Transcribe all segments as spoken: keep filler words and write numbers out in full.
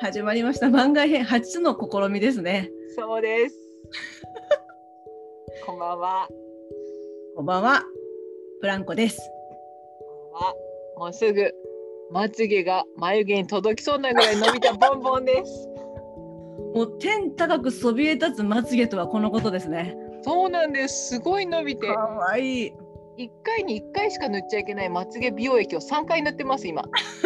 始まりました番外編初の試みですね。 そうですこんばんは。 こんばんは、ブランコです。 こんばんは。もうすぐまつげが眉毛に届きそうなぐらい伸びたボンボンですもう天高くそびえ立つまつげとはこのことですね。 そうなんです。すごい伸びて、 かわいい。 いっかいにいっかいしか塗っちゃいけないまつげ美容液をさんかい塗ってます今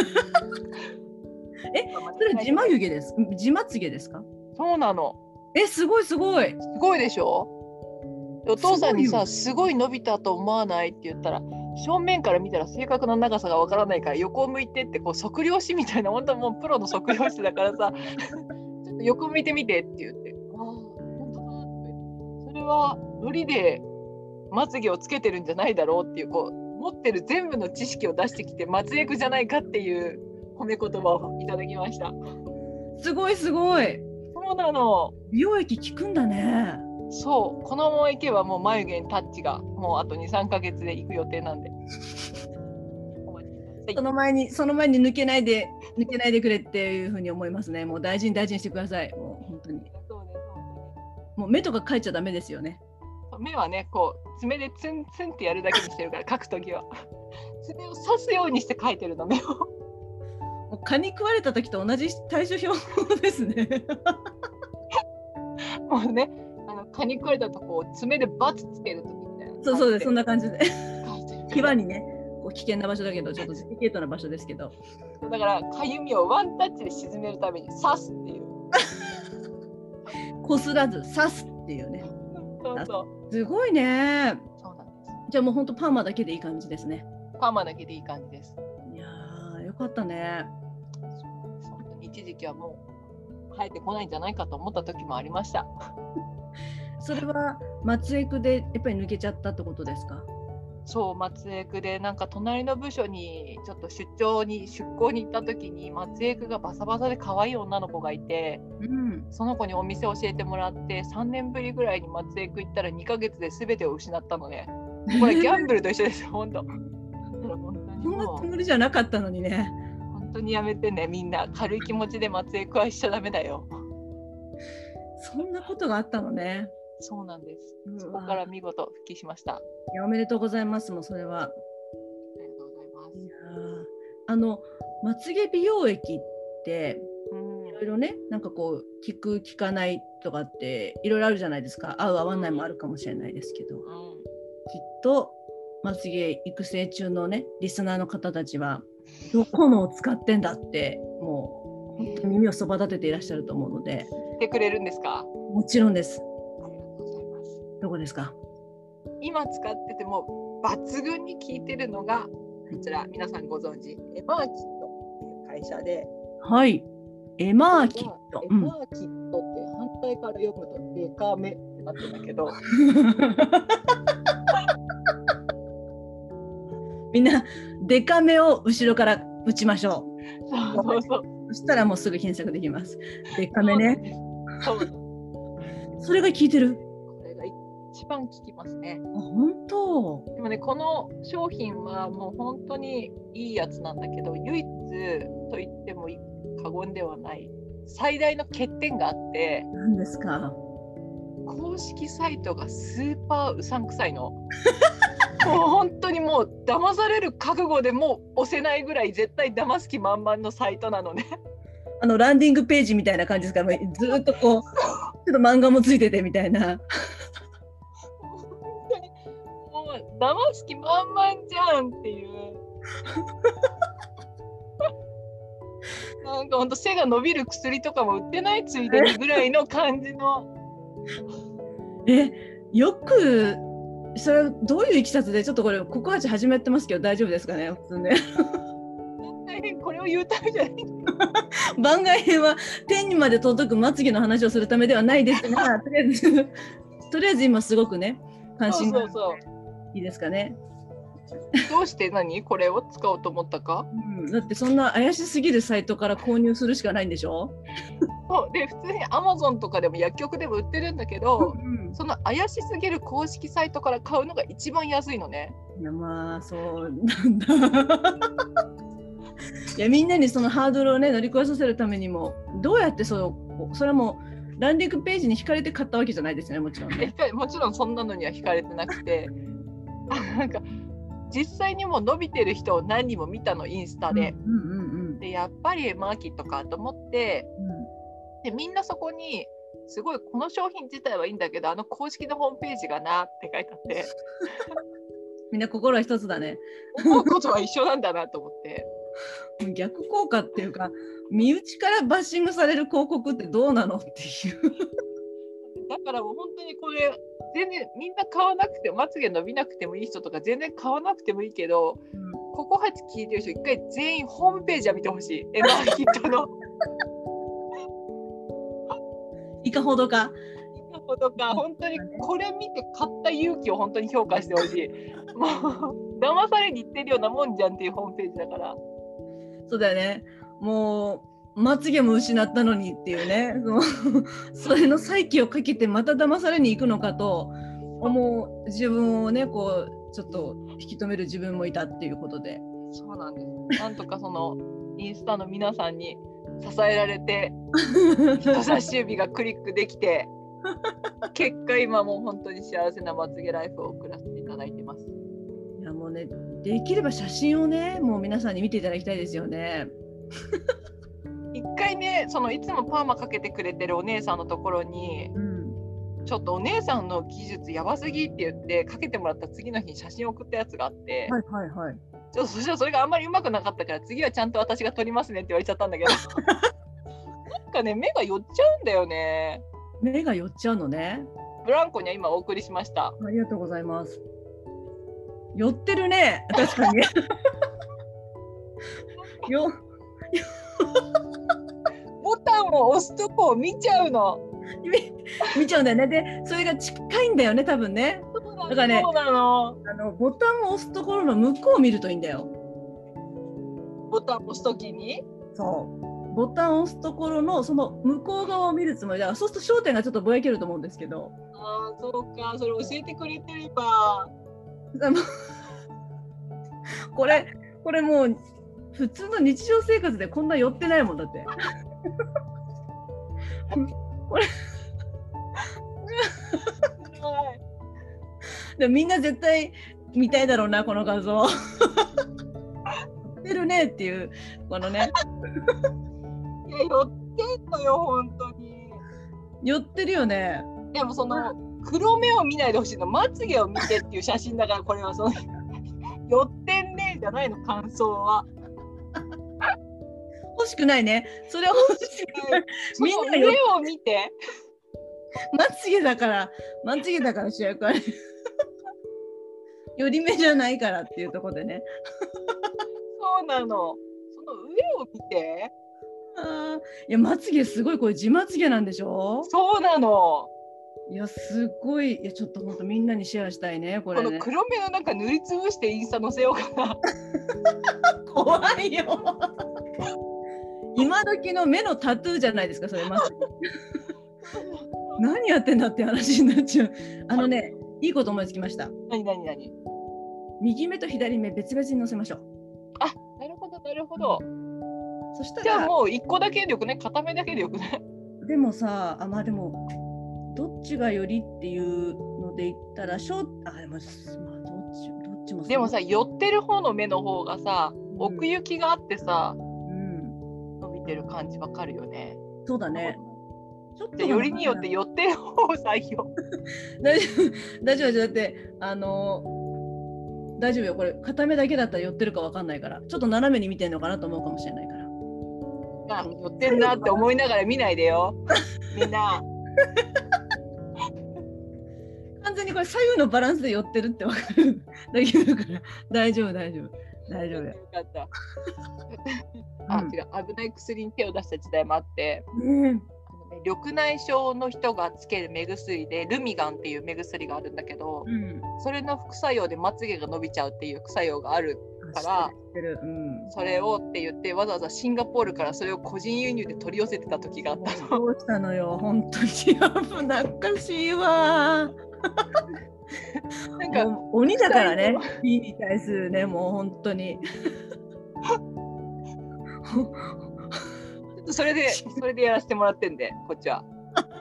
え、それ地眉毛です。地まつげですか？ そうなの。 え、すごいすごい。 すごいでしょ。お父さんにさ、すごい伸びたと思わないって言ったら、正面から見たら正確な長さがわからないから横を向いてって、こう測量士みたいな、本当もうプロの測量士だからさちょっと横向いてみてって言って、ああ本当だって、それはノリでまつげをつけてるんじゃないだろうっていう、こう持ってる全部の知識を出してきて、まつげくじゃないかっていう褒め言葉をいただきました。 すごいすごい。 そうなの。 美容液効くんだね。 そう、このままいけばもう眉毛にタッチがもうあと にさんかげつでいく予定なんでその前にその前に抜けないで抜けないでくれっていうふうに思いますね。もう大事に大事にしてください。もう本当に。 そうです、本当に。 もう目とか描いちゃダメですよね。 目はね、こう爪でツンツンってやるだけにしてるから描くときは爪を刺すようにして描いてるの、目を。 もう蚊に食われた時と同じ対処法ですねもうね、あの蚊に食われたとこを爪でバツつけるときみたいな。 そうそうです、そんな感じで際にね、こう危険な場所だけどちょっとデリケートな場所ですけど、 だからかゆみをワンタッチで沈めるために刺すっていうこすらず刺すっていうね。 そうそう、 すごいね。 そうなんです。 じゃあもう本当パーマだけでいい感じですね。 パーマだけでいい感じです。 いやーよかったね。 本当に一時期はもう生えてこないんじゃないかと思った時もありましたそれは松江区でやっぱり抜けちゃったってことですか？ そう、松江区でなんか隣の部署にちょっと出張に出向に行った時に、松江区がバサバサで可愛い女の子がいて、うん、その子にお店教えてもらってさんねんぶりぐらいに松江区行ったらにかげつで全てを失ったのね。これギャンブルと一緒ですよ本当。 そんなつもりじゃなかったのにね。 本当にやめてね、みんな軽い気持ちで松江区はしちゃダメだよ。 そんなことがあったのね。 そうなんです。そこから見事復帰しました。 いや、おめでとうございます。もうそれは。 ありがとうございます。 いやあのまつげ美容液っていろいろね、なんかこう効く効かないとかっていろいろあるじゃないですか。合う合わないもあるかもしれないですけど、うん、きっとまつげ育成中のねリスナーの方たちはどこのを使ってんだってもう本当に耳をそば立てていらっしゃると思うので。 聞いてくれるんですか？ もちろんです。 ありがとうございます。 どこですか？ 今使ってても抜群に効いてるのがこちら、皆さんご存知エマーキットっていう会社で、 はい、エマーキット、 エマーキットって反対から読むとデカめってなってるんだけどみんなデカめを後ろから打ちましょう。 そうそうそう。 そしたらもうすぐ検索できます。デカめね。 そう。 それが効いてる。 これが一番効きますね。 あ、本当。 でもね、この商品はもう本当にいいやつなんだけど、唯一と言っても過言ではない最大の欠点があって。 何ですか？ 公式サイトがスーパーうさんくさいのもう本当にもう騙される覚悟でもう押せないぐらい絶対騙す気満々のサイトなのね。 あのランディングページみたいな感じですから、ずっとこうちょっと漫画もついててみたいな本当にもう騙す気満々じゃんっていうなんか本当背が伸びる薬とかも売ってないついでにぐらいの感じのえ、よくそれはどういういきさつで、ちょっとこれ告発始めてますけど大丈夫ですかね？普通ねこれを言うためじゃない番外編は天にまで届くまつげの話をするためではないですが、とりあえずとりあえず今すごくね関心があるので、そうそうそう、いいですかね？ どうして何これを使おうと思ったか、 うん、だってそんな怪しすぎるサイトから購入するしかないんでしょ？ そうで、普通に アマゾン とかでも薬局でも売ってるんだけど、うん、その怪しすぎる公式サイトから買うのが一番安いのね。 いや、まあそうなんだいやみんなにそのハードルをね乗り越えさせるためにもどうやってそうそれはもうランディングページに惹かれて買ったわけじゃないですよね、もちろんね。 もちろんそんなのには惹かれてなくてなんか実際にもう伸びてる人を何人も見たのインスタで、うんうんうん、でやっぱりマーキットかと思って、うん、でみんなそこにすごいこの商品自体はいいんだけどあの公式のホームページがなって書いてあってみんな心は一つだね。 思うことは一緒なんだなと思って逆効果っていうか身内からバッシングされる広告ってどうなのっていうだからもう本当にこれ全然みんな買わなくてもまつげ伸びなくてもいい人とか全然買わなくてもいいけど、うん、ここはち聞いてる人一回全員ホームページは見てほしい。エマーキットのいかほどかいかほどか本当にこれ見て買った勇気を本当に評価してほしいもう騙されに行ってるようなもんじゃんっていうホームページだから。 そうだよね。もうまつげも失ったのにっていうねそれの再起をかけてまた騙されに行くのかと思う自分をねこうちょっと引き止める自分もいたっていうことで。 そうなんです。なんとかそのインスタの皆さんに支えられて人差し指がクリックできて結果今もう本当に幸せなまつげライフを送らせていただいてます。 いやもうねできれば写真をねもう皆さんに見ていただきたいですよね一回ねそのいつもパーマかけてくれてるお姉さんのところに、うん、ちょっとお姉さんの技術やばすぎって言ってかけてもらった次の日に写真送ったやつがあって、 はいはいはい、 ちょっとそしたらそれがあんまりうまくなかったから次はちゃんと私が撮りますねって言われちゃったんだけどなんかね目が寄っちゃうんだよね。 目が寄っちゃうのね。 ブランコには今お送りしました。 ありがとうございます。寄ってるね確かによボタンを押すとこを見ちゃうの見ちゃうんだよね。でそれが近いんだよね多分ね。だからねそうなのあのボタンを押すところの向こうを見るといいんだよ。 ボタンを押すときにそうボタンを押すところのその向こう側を見るつもりだから、そうすると焦点がちょっとぼやけると思うんですけど。 ああそうか、それ教えてくれてればこれこれもう普通の日常生活でこんな寄ってないもんだってこれでもみんな絶対見たいだろうなこの画像寄ってるねっていうこのねいや寄ってんのよ本当に寄ってるよね。 でもその黒目を見ないでほしいの、まつげを見てっていう写真だからこれはその寄ってんねじゃないの感想は欲しくないね。それは欲しくないみんな上を見てまつげだからまつげだから主役はね寄り目じゃないからっていうところでねそうなの、その上を見て。 あいやまつげすごいこれ地まつげなんでしょ。 そうなの。 いやすごい、いやちょっと本当みんなにシェアしたいねこれね。 この黒目のなんか塗りつぶしてインスタ載せようかな怖いよ今時の目のタトゥーじゃないですかそれまず何やってんだって話になっちゃう。あのねいいこと思いつきました。 何何何。 右目と左目別々に載せましょう。 あ、なるほどなるほど。 そしたらじゃあもう一個だけでよくね、片目だけでよくね。 でもさあまあでもどっちがよりっていうので言ったらしょあでも、まあ、どっちどっちもでもさ寄ってる方の目の方がさ、うん、奥行きがあってさ、うん、伸びてる感じわかるよね。 そうだね。 ちょっとよりによって寄ってる方を採用大丈夫大丈夫だってあの大丈夫よこれ片目だけだったら寄ってるかわかんないからちょっと斜めに見てんのかなと思うかもしれないからあ寄ってんなって思いながら見ないでよみんな完全にこれ左右のバランスで寄ってるってわかるだけだから大丈夫大丈夫大丈夫よ。よかったあ、うん、違う危ない薬に手を出した時代もあって、 うん緑内障の人がつける目薬でルミガンっていう目薬があるんだけど、うん、それの副作用でまつげが伸びちゃうっていう副作用があるから、うん、それをって言ってわざわざシンガポールからそれを個人輸入で取り寄せてた時があったの。 どうしたのよ本当に危なっかしいわなんか鬼だからね B に対するねもう本当にそれでそれでやらせてもらってんで、こっちは。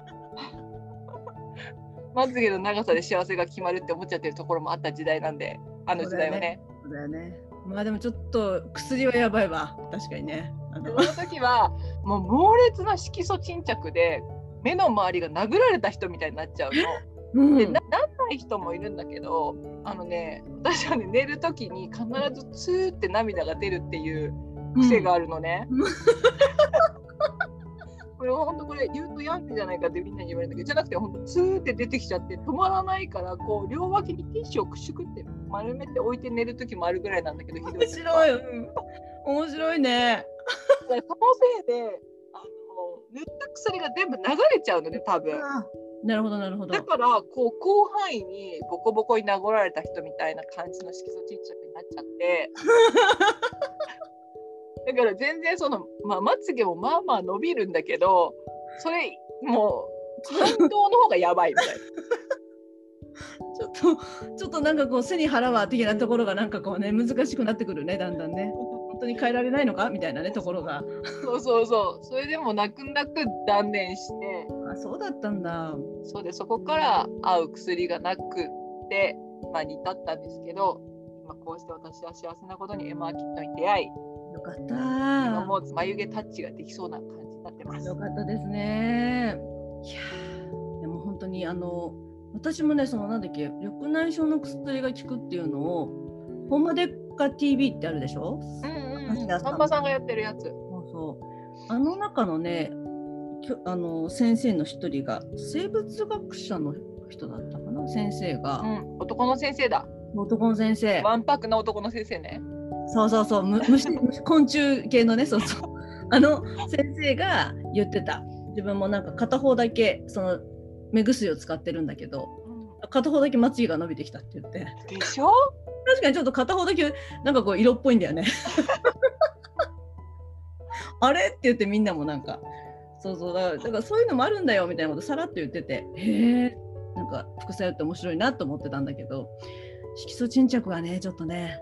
まつげの長さで幸せが決まるって思っちゃってるところもあった時代なんで、あの時代はね。 そうだよね。まあでもちょっと薬はやばいわ、確かにね。 あのその時はもう猛烈な色素沈着で目の周りが殴られた人みたいになっちゃうの。うん、で な, なんない人もいるんだけど、あのね、私はね、寝る時に必ずツーって涙が出るっていう癖があるのね。うんこれ本当これ言うとヤンキーじゃないかってみんなに言われるんだけど、じゃなくて本当ツーって出てきちゃって止まらないから、こう両脇にティッシュをくしゅくって丸めて置いて寝る時もあるぐらいなんだけど、ひどい。 面白い、うん、面白いね。 そのせいであの塗った薬が全部流れちゃうのね、多分。 なるほどなるほど。 だからこう広範囲にボコボコに殴られた人みたいな感じの色素沈着になっちゃって。だから全然その、まあ、まつげもまあまあ伸びるんだけど、それもう反動の方がやばいみたいな。 ちょっとちょっとなんかこう背に腹は的なところがなんかこうね難しくなってくるね、だんだんね。本当に変えられないのかみたいなねところが。 そうそうそう。それでも泣く泣く断念して。 あ、そうだったんだ。 そうで、そこから合う薬がなくってまあに至ったんですけど、今こうして私は幸せなことにエマーキットに出会い。 よかった。 今もう眉毛タッチができそうな感じになってます。 よかったですね。いやでも本当にあの私もね、そのなんだっけ、緑内障の薬が効くっていうのをホンマデッカ ティービー ってあるでしょ。 うんうんうん。さんまさんがやってるやつ。そうそう。あの中のね、あの先生の一人が生物学者の人だったかな、先生が。 うん、男の先生だ。 男の先生。 わんぱくな男の先生ね。 そうそうそう、虫昆虫系のね、そうそう、あの先生が言ってた。自分もなんか片方だけその目薬を使ってるんだけど、うん、片方だけまつげが伸びてきたって言って。 でしょ。 確かにちょっと片方だけなんかこう色っぽいんだよね。あれって言ってみんなもなんかそうそう、だから、だからそういうのもあるんだよみたいなことさらっと言ってて、へえ、なんか副作用って面白いなと思ってたんだけど、色素沈着はねちょっとね。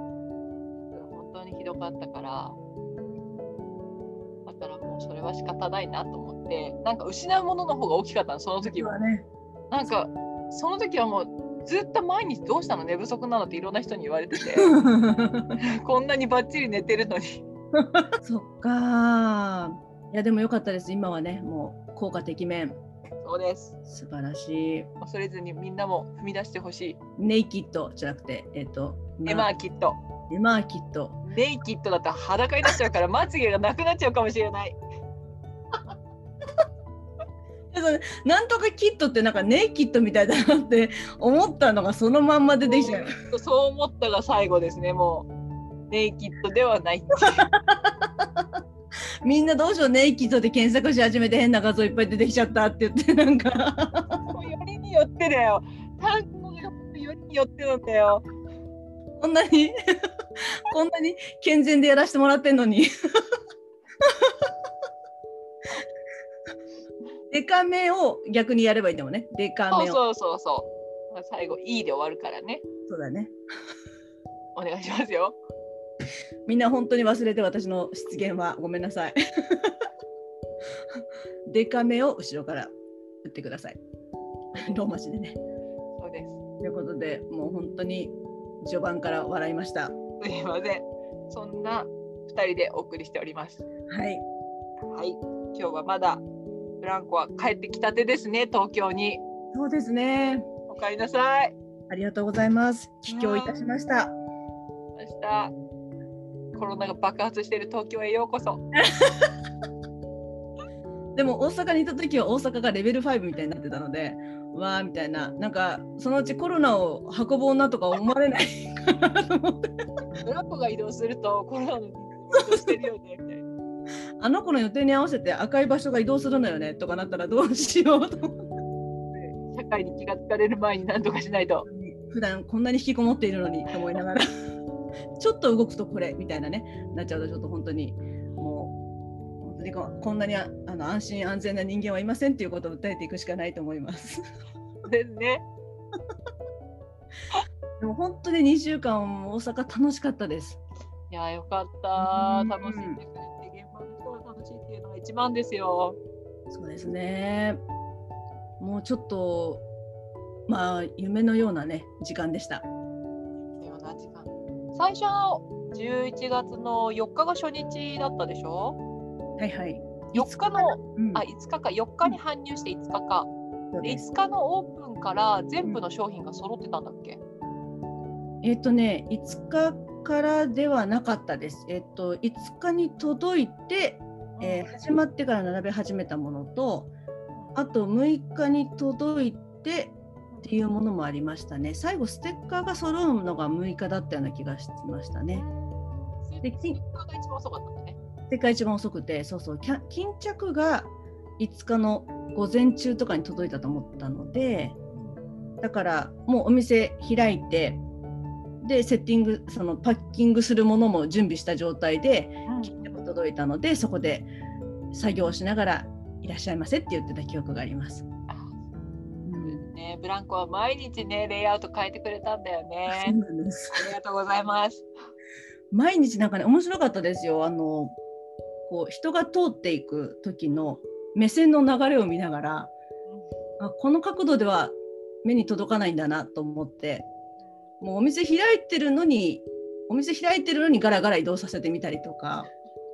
ひどかったから、だからもうそれは仕方ないなと思って、なんか失うものの方が大きかったの、その時は。ね、なんかその時はもうずっと毎日どうしたの寝不足なのっていろんな人に言われててこんなにバッチリ寝てるのにそっか。いやでもよかったです、今はね、もう効果てきめん。 そうです。 素晴らしい。 恐れずにみんなも踏み出してほしい。 ネイキッドじゃなくて、えっと、 エマーキッド。 エマーキッド。 ネイキッドだったら裸になっちゃうからまつげがなくなっちゃうかもしれない。 なんとかキッドってなんかネイキッドみたいだなって思ったのがそのまんま出てきちゃう。 そう、そう思ったが最後ですね。もうネイキッドではないってみんなどうしよう、ネイキッドで検索し始めて変な画像いっぱい出てきちゃったって言って、なんかよりによってだよ。単語がよりによってなんだよ。 こんなにこんなに健全でやらせてもらってんのにデカめを逆にやればいいんだもんね。デカめを。 そうそうそうそう。最後 E で終わるからね。 そうだね。 お願いしますよ。 みんな本当に忘れて、私の失言はごめんなさい。デカめを後ろから打ってください。ローマ字でね。 そうです。 ということで、もう本当に序盤から笑いました。すいません。そんなふたりでお送りしております。 はい。 はい。今日はまだブランコは帰ってきたてですね、東京に。 そうですね。 お帰りなさい。 ありがとうございます。帰郷いたしました。 明日コロナが爆発している東京へようこそ。 でも大阪にいた時は大阪がレベルファイブみたいになってたので、わーみたいな、なんかそのうちコロナを運ぼうなとか思われないかなと思って。 ブランコが移動するとコロナの移動してるよねみたいな。 あの子の予定に合わせて赤い場所が移動するのよねとかなったらどうしようと思って。社会に気がつかれる前に何とかしないと。 普段こんなに引きこもっているのにと思いながらちょっと動くとこれみたいなねなっちゃうと、ちょっと本当にもう本当に こ, こんなにああの安心安全な人間はいませんっていうことを訴えていくしかないと思いますですね。 でも本当ににしゅうかん大阪楽しかったです。 いやよかった、楽しんでくれて一番ですよ。 そうですね。もうちょっとまあ夢のようなね時間でした。 ような時間。最初のじゅういちがつのよっかが初日だったでしょ。 はいはい。 よっかの、 うん、 あいつかかよっかに搬入していつかか。いつかのオープンから全部の商品が揃ってたんだっけ？ うん、えっ、ー、とねいつかからではなかったです。えっ、ー、といつかに届いて、えー、始まってから並べ始めたものと、あとむいかに届いてっていうものもありましたね。最後ステッカーが揃うのがむいかだったような気がしましたね。 で、ステッカーが一番遅かったんだね。 ステッカーが一番遅くて、そうそう、巾着がいつかの午前中とかに届いたと思ったので、だからもうお店開いて、でセッティング、そのパッキングするものも準備した状態で巾着届いたので、そこで作業しながらいらっしゃいませって言ってた記憶があります。 ね、ブランコは毎日ねレイアウト変えてくれたんだよね。 そうなんです。 ありがとうございます。 毎日なんかね面白かったですよ。あのこう人が通っていく時の目線の流れを見ながら、うん、あこの角度では目に届かないんだなと思って、もうお店開いてるのにお店開いてるのにガラガラ移動させてみたりとか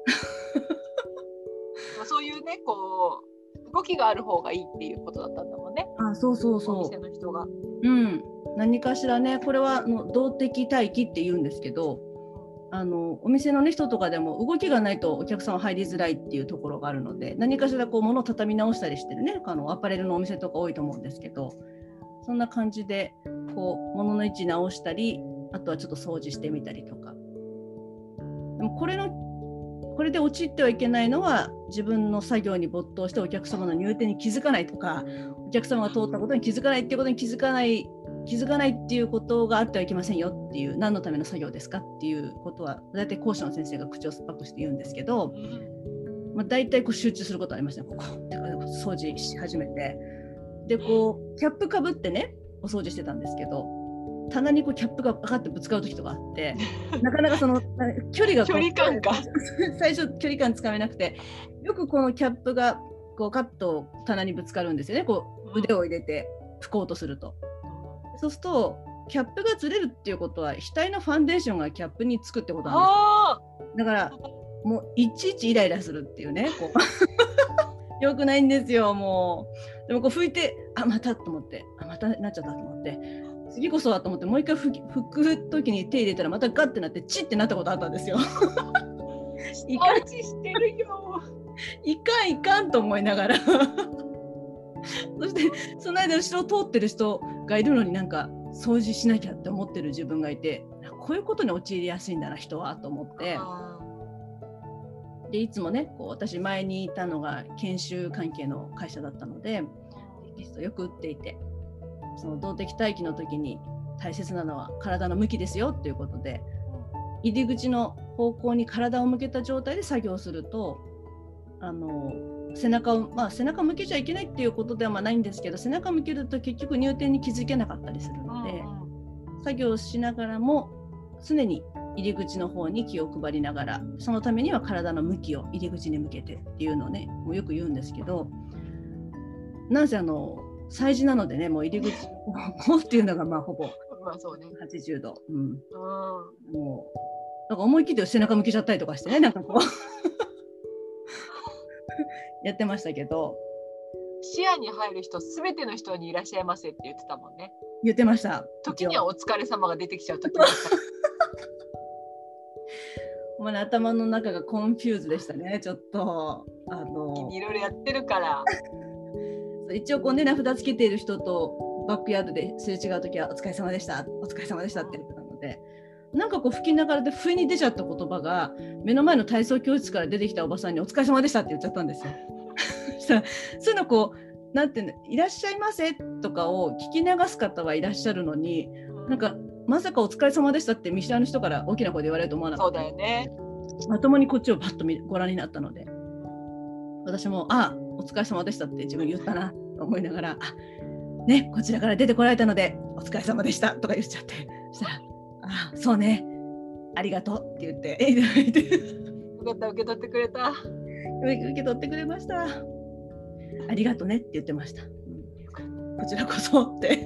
そういうねこう動きがある方がいいっていうことだったんだもんね。 あ、そうそうそう。 お店の人が。 うん。何かしらね、これはあの動的待機って言うんですけど、あのお店の、ね、人とかでも動きがないとお客さんは入りづらいっていうところがあるので、何かしらこう物を畳み直したりしてるね、あのアパレルのお店とか多いと思うんですけど、そんな感じでこう物の位置直したり、あとはちょっと掃除してみたりとか。でもこれのこれで陥ってはいけないのは、自分の作業に没頭してお客様の入店に気づかないとか、お客様が通ったことに気づかないっていうことに気づかない気づかないっていうことがあってはいけませんよっていう、何のための作業ですかっていうことは大体講師の先生が口を酸っぱくして言うんですけど、まあ、大体こう集中することありましたね。ここだから掃除し始めて、でこうキャップかぶってねお掃除してたんですけど、棚にこうキャップがパカッてぶつかる時とかあってなかなかその距離が距離感が最初距離感つかめなくて、よくこのキャップがこうカッと棚にぶつかるんですよね。こう腕を入れて拭こうとすると、そうするとキャップがずれるっていうことは額のファンデーションがキャップにつくってことなんです。だからもういちいちイライラするっていうね、こうよくないんですよ。もうでもこう拭いて、あまたと思って、あまたなっちゃったと思って、次こそはと思ってもう一回拭く時に手入れたらまたガッてなってチッってなったことあったんですよ。 いかんしてるよ。 いかんいかんと思いながらそしてその間後ろを通ってる人がいるのになんか掃除しなきゃって思ってる自分がいて、こういうことに陥りやすいんだな人はと思って、でいつもねこう私前にいたのが研修関係の会社だったのでテキストよく打っていて、その動的待機の時に大切なのは体の向きですよっていうことで、入り口の方向に体を向けた状態で作業すると、あの背中を、まあ、背中向けちゃいけないっていうことではまあないんですけど、背中向けると結局入店に気づけなかったりするので、作業しながらも常に入り口の方に気を配りながら、そのためには体の向きを入り口に向けてっていうのをねもうよく言うんですけど、なんせあの催事なのでね、もう入り口のっていうのがまあほぼはちじゅうど、うん、もうなんか思い切って背中向けちゃったりとかしてね、なんかこうやってましたけど、 視野に入る人すべての人にいらっしゃいませって言ってたもんね。 言ってました。 時にはお疲れ様が出てきちゃう時もあったまあね、頭の中がコンフューズでしたね。ちょっとあのいろいろやってるから一応こうね名札つけている人とバックヤードですれ違うときはお疲れ様でしたお疲れ様でしたって言ってたので、なんかこう吹きながらで不意に出ちゃった言葉が目の前の体操教室から出てきたおばさんにお疲れ様でしたって言っちゃったんですよ。そういうのこうなんていうの、いらっしゃいませとかを聞き流す方はいらっしゃるのに、なんかまさかお疲れ様でしたって見知らぬ人から大きな声で言われると思わなかった。 そうだよね。 まともにこっちをパッとご覧になったので、私もあお疲れ様でしたって自分言ったなと思いながら、あねこちらから出てこられたのでお疲れ様でしたとか言っちゃって、そしたらあそうねありがとうって言っていただいてよかった、受け取ってくれた。 受け取ってくれました。ありがとねって言ってました。うん、こちらこそって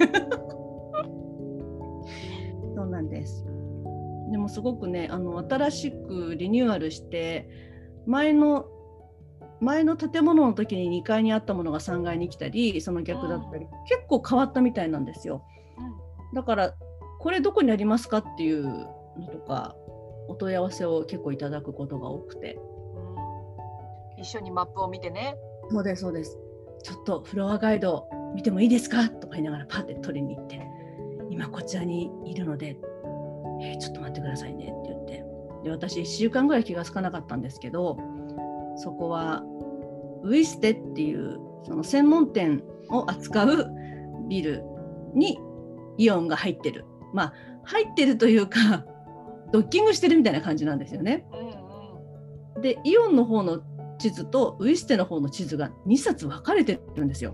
そうなんです。でもすごくね、あの新しくリニューアルして前の前の建物の時ににかいにあったものがさんがいに来たり、その逆だったり、うん、結構変わったみたいなんですよ。うん、だからこれどこにありますかっていうのとかお問い合わせを結構いただくことが多くて、 うん、一緒にマップを見てね。 そうですそうです。ちょっとフロアガイド見てもいいですかとか言いながらパッて取りに行って、今こちらにいるので、えー、ちょっと待ってくださいねって言って、で私いっしゅうかんぐらい気がつかなかったんですけど、そこはウイステっていうその専門店を扱うビルにイオンが入ってる、まあ入ってるというかドッキングしてるみたいな感じなんですよね。うんうん、でイオンの方の地図とウイステの方の地図がにさつ分かれてるんですよ。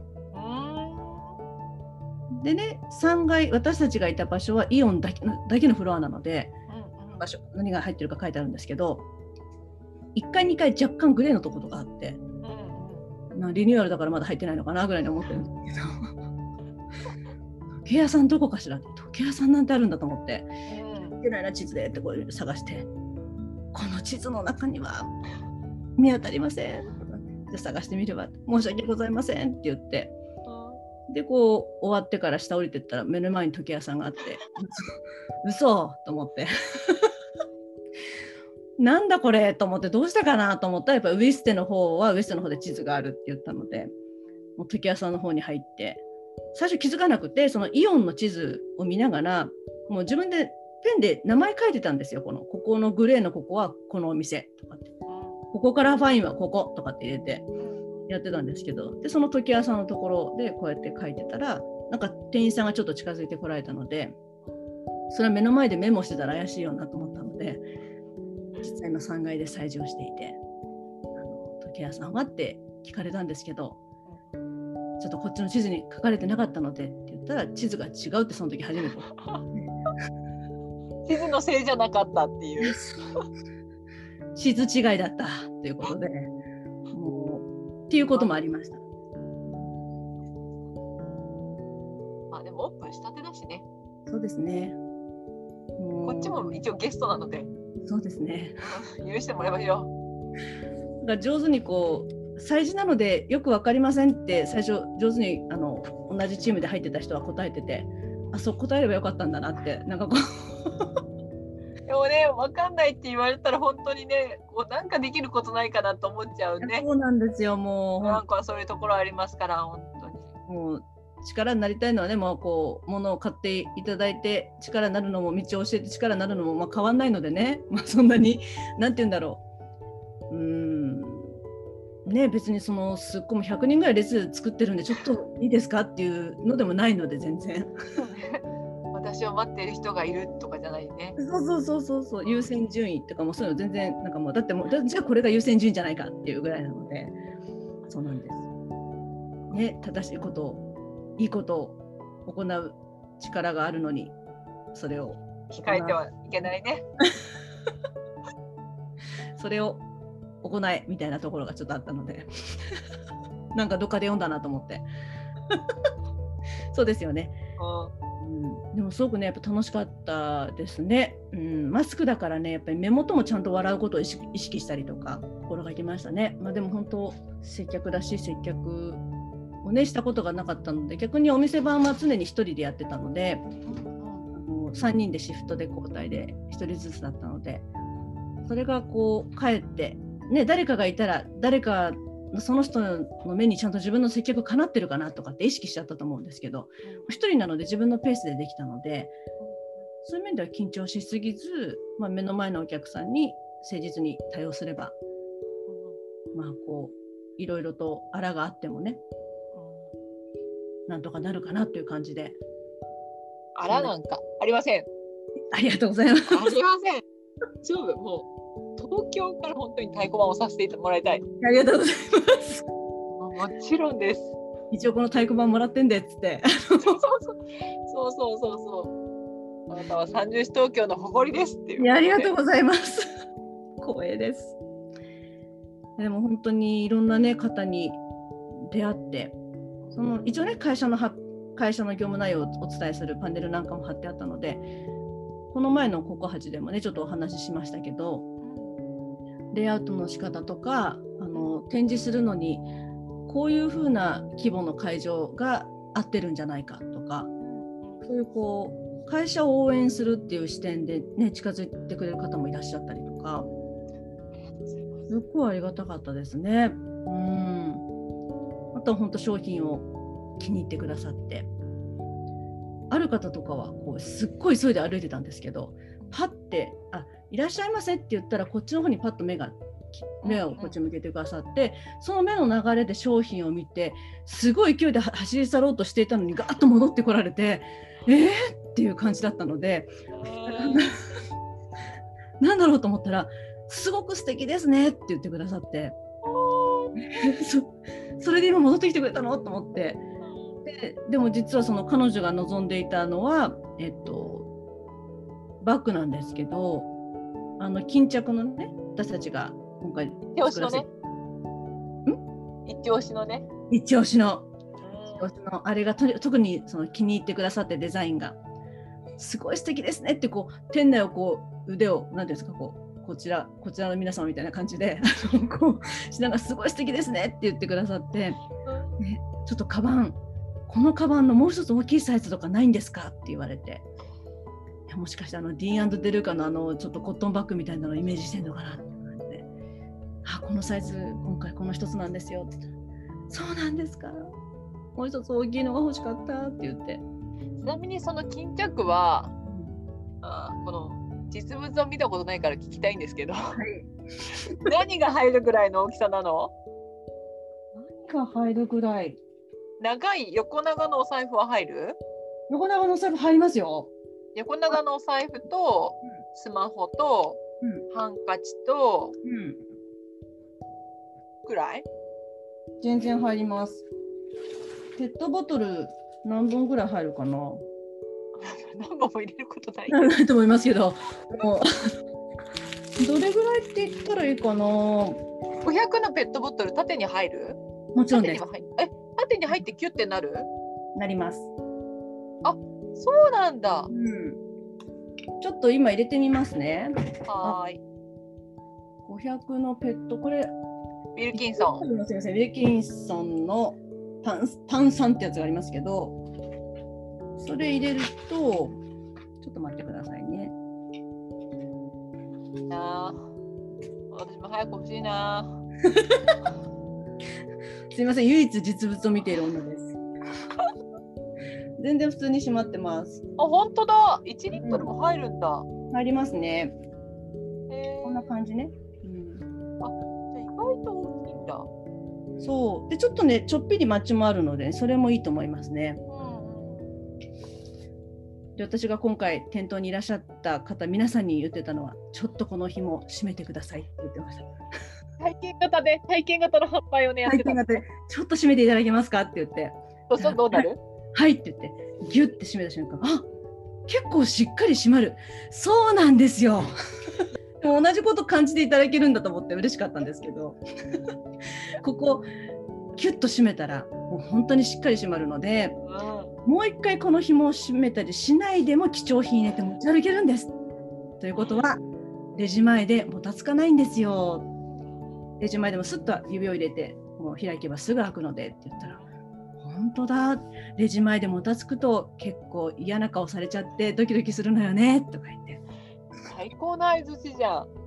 うん、でね、さんがい、私たちがいた場所はイオンだけの、だけのフロアなので、うんうん、場所何が入ってるか書いてあるんですけど、いっかいにかい若干グレーのところがあって、うんうん、リニューアルだからまだ入ってないのかなぐらいに思ってるんですけど時計屋さんどこかしらって、時計屋さんなんてあるんだと思って、うん、出ないな地図でってこう探して、この地図の中には見当たりませんで探してみれば申し訳ございませんって言って、でこう終わってから下降りてったら目の前に時計屋さんがあって嘘と思ってなんだこれと思って、どうしたかなと思ったら、やっぱウイステの方はウイステの方で地図があるって言ったので、もう時計屋さんの方に入って、最初気づかなくて、そのイオンの地図を見ながらもう自分でペンで名前書いてたんですよ。このここのグレーのここはこのお店とかって、ここからファインはこことかって入れてやってたんですけど、でその時計屋さんのところでこうやって書いてたら、なんか店員さんがちょっと近づいてこられたので、それは目の前でメモしてたら怪しいよなと思ったので、実際のさんがいで催事をしていて、あの時計屋さんはって聞かれたんですけど、ちょっとこっちの地図に書かれてなかったのでって言ったら、地図が違うってその時初めて地図のせいじゃなかったっていう地図違いだったということで、もうっていうこともありました。 あ、でもオープンしたてだしね。 そうですね。 こっちも一応ゲストなので、 そうですね許してもらいましょう。だから上手にこう催事なのでよく分かりませんって最初上手にあの同じチームで入ってた人は答えてて、あ、そう答えればよかったんだなって、なんかこうでもね、分かんないって言われたら本当にね、こうなんかできることないかなと思っちゃうね。 そうなんですよ。もうなんかそういうところありますから、本当にもう力になりたいのはね、もうこう物を買っていただいて力になるのも、道を教えて力になるのもまあ変わんないのでね、まあ、そんなになんて言うんだろう、うーんね、別にそのすっごいひゃくにんぐらい列作ってるんでちょっといいですかっていうのでもないので、全然私を待っている人がいるとかじゃないね。 そうそうそうそうそう、優先順位とかもそういうの全然なんかもうだってもうじゃあこれが優先順位じゃないかっていうぐらいなので、そうなんですね。正しいことをいいことを行う力があるのに、それを控えてはいけないねそれを行えみたいなところがちょっとあったのでなんかどっかで読んだなと思ってそうですよね、うん、でもすごくねやっぱ楽しかったですね、うん、マスクだからねやっぱり目元もちゃんと笑うことを意識、意識したりとか心がけましたね。まあ、でも本当接客だし接客をねしたことがなかったので、逆にお店番は常にひとりでやってたので、あのさんにんでシフトで交代でひとりずつだったので、それがこう帰ってね、誰かがいたら誰かその人の目にちゃんと自分の接客かなってるかなとかって意識しちゃったと思うんですけど、一人なので自分のペースでできたので、そういう面では緊張しすぎず、まあ、目の前のお客さんに誠実に対応すれば、まあこういろいろとあらがあってもね、なんとかなるかなという感じで。 あらなんかありません。 ありがとうございます。 ありません。勝負もう東京から本当に太鼓判をさせてもらいたい。 ありがとうございます。 もちろんです。 一応この太鼓判もらってんでっつってそうそうそうそうそうそうそう、あなたは三十市東京の誇りですっていう。 いや、ありがとうございます。光栄です。 でも本当にいろんな、ね、方に出会って、その一応ね会社の会社の業務内容をお伝えするパネルなんかも貼ってあったので、この前のココハチでもねちょっとお話ししましたけど、レイアウトの仕方とか、あの展示するのにこういう風な規模の会場が合ってるんじゃないかとか、そういうこう会社を応援するっていう視点で、ね、近づいてくれる方もいらっしゃったりとか、すごいありがたかったですね。うん、あとは本当商品を気に入ってくださって、ある方とかはこうすっごい急いで歩いてたんですけど、パッてあいらっしゃいませって言ったらこっちの方にパッと目が目をこっち向けてくださって、その目の流れで商品を見てすごい勢いで走り去ろうとしていたのにガーッと戻ってこられて、えーっていう感じだったので、なんだろうと思ったらすごく素敵ですねって言ってくださってそ, それで今戻ってきてくれたのと思って、で, でも実はその彼女が望んでいたのは、えっと、バッグなんですけど、あの巾着のね、私たちが今回作らせて、 一押しのね一押しの一押しのあれがと特にその気に入ってくださって、デザインがすごい素敵ですねってこう店内をこう腕を何ていうんですか、こうこちらこちらの皆様みたいな感じでこうしながらすごい素敵ですねって言ってくださって、ね、ちょっとカバンこのカバンのもう一つ大きいサイズとかないんですかって言われて、いやもしかしてあのディーン&デルカのあのちょっとコットンバッグみたいなのをイメージしてるのかなって感じで、あこのサイズ今回この一つなんですよって言ったら、そうなんですか、もう一つ大きいのが欲しかったって言って。 ちなみにその巾着は、うん、あこの実物を見たことないから聞きたいんですけど、はい、何が入るぐらいの大きさなの？ 何が入るぐらい？ 長い横長のお財布は入る？ 横長のお財布入りますよ。 横長のお財布と、うん、スマホと、うん、ハンカチと、うん、くらい？ 全然入ります。ペットボトル何本ぐらい入るかな？ 何本も入れることないないと思いますけど、もうどれぐらいって言ったらいいかな。 ごひゃくのペットボトル縦に入る？ もちろんです。 縦には入え縦に入ってキュッてなる？ なります。 あ、そうなんだ、 うん、ちょっと今入れてみますね。 はい。 ごひゃくのペット、これウィルキンソン。 すみません、ウィルキンソンの炭, 炭酸ってやつがありますけど、それ入れると、ちょっと待ってくださいね。 いいな、私も早く欲しいな。 すみません、唯一実物を見ている女です。全然普通に閉まってます。 あ、本当だ。いちリットルも入るんだ。 うん、入りますね。こんな感じね。 うん、あ、じゃあ意外と大きいんだ。 そうで、ちょっとねちょっぴりマッチもあるので、それもいいと思いますね。うん、で私が今回店頭にいらっしゃった方皆さんに言ってたのは、ちょっとこの紐締めてくださいって言ってました。 体験型で体験型の販売をねやってた。 体験型でちょっと締めていただけますかって言って、 そうそう、どうなる？ はいって言ってギュッて締めた瞬間、あ、結構しっかり締まる。そうなんですよ。でも同じこと感じていただけるんだと思って嬉しかったんですけどここキュッと締めたらもう本当にしっかり締まるので、うん、もう一回この紐を締めたりしないでも貴重品入れて持ち歩けるんです。ということはレジ前でもたつかないんですよ。レジ前でもスッと指を入れてもう開けばすぐ開くのでって言ったら、本当だ、レジ前でもたつくと結構嫌な顔されちゃってドキドキするのよねとか言って、 最高な相づちじゃん。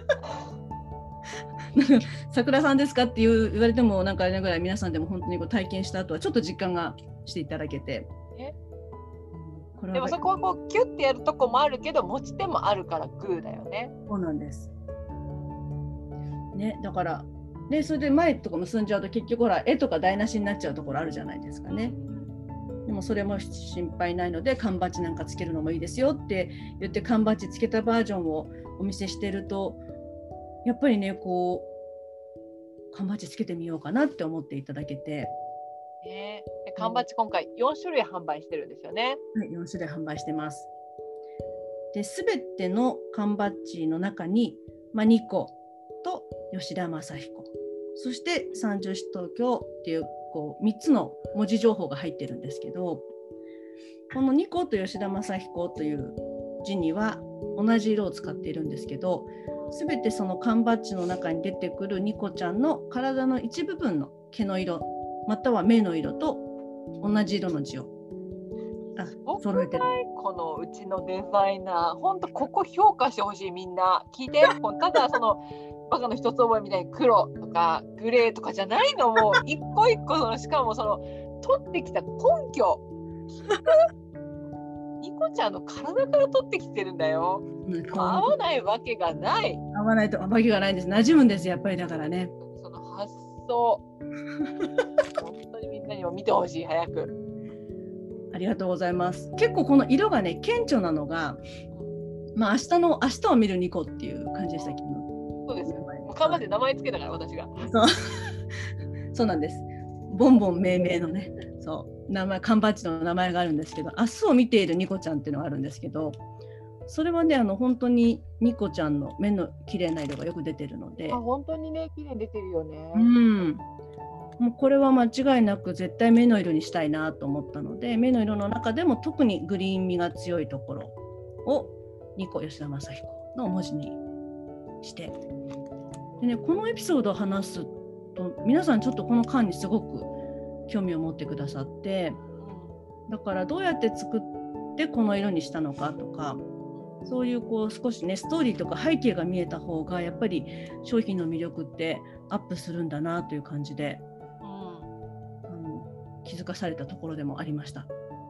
桜さんですかって言う言われてもなんかあれなぐらい、皆さんでも本当にこう体験した後はちょっと実感がしていただけて、えこれでもそこはこうキュッてやるとこもあるけど持ち手もあるからグーだよね。 そうなんです、ね、だからね、それで前とか結んじゃうと結局ほら絵とか台無しになっちゃうところあるじゃないですかね。でもそれも心配ないので、缶バッジなんかつけるのもいいですよって言って缶バッジつけたバージョンをお見せしてると、やっぱりねこう缶バッジつけてみようかなって思っていただけて、 ね、缶バッジ今回よん種類販売してるんですよね。 はい、よん種類販売してます。で全ての缶バッジの中に、まあ、ニコと吉田正彦そして三十四東京っていうこうみっつの文字情報が入ってるんですけど、このニコと吉田正彦という字には同じ色を使っているんですけど、すべてその缶バッジの中に出てくるニコちゃんの体の一部分の毛の色または目の色と同じ色の字を揃えてる。 このうちのデザイナー、本当ここ評価してほしい。みんな聞いて。ただそのバカの一つ覚えみたいに黒とかグレーとかじゃないのも一個一個そのしかもその取ってきた根拠ニコちゃんの体から取ってきてるんだよ。合わないわけがない。 合わないとわけがないんです。馴染むんですやっぱり。だからね、 その発想本当にみんなにも見てほしい。早く。 ありがとうございます。結構この色がね顕著なのが、まあ明日の明日を見るニコっていう感じでしたけど。 そうです。もう看板で名前つけたから私が。 そうそうなんです。ボンボン命名のね、そう名前缶バッジの名前があるんですけど、明日を見ているニコちゃんっていうのがあるんですけど、それはねあの本当にニコちゃんの目の綺麗な色がよく出てるので。 あ、本当にね綺麗に出てるよね。 うん。もうこれは間違いなく絶対目の色にしたいなと思ったので、目の色の中でも特にグリーン味が強いところをニコ吉田正彦の文字にしてで、ね、このエピソードを話すと皆さんちょっとこの間にすごく興味を持ってくださって、だからどうやって作ってこの色にしたのかとか、そういうこう少しねストーリーとか背景が見えた方がやっぱり商品の魅力ってアップするんだなという感じで、うん、あの気づかされたところでもありました。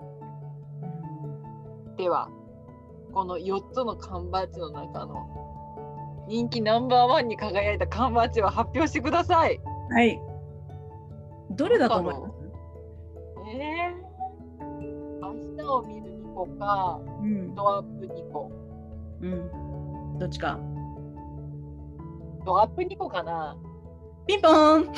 うん、ではこのよっつの缶バッジの中の人気ナンバーワンに輝いた缶バッジを発表してください。 はい。どれだと思います？ えー、明日を見るニコか、うん、ドアップニコ。 うん。どっちか。 ドアップニコかな。 ピンポーン。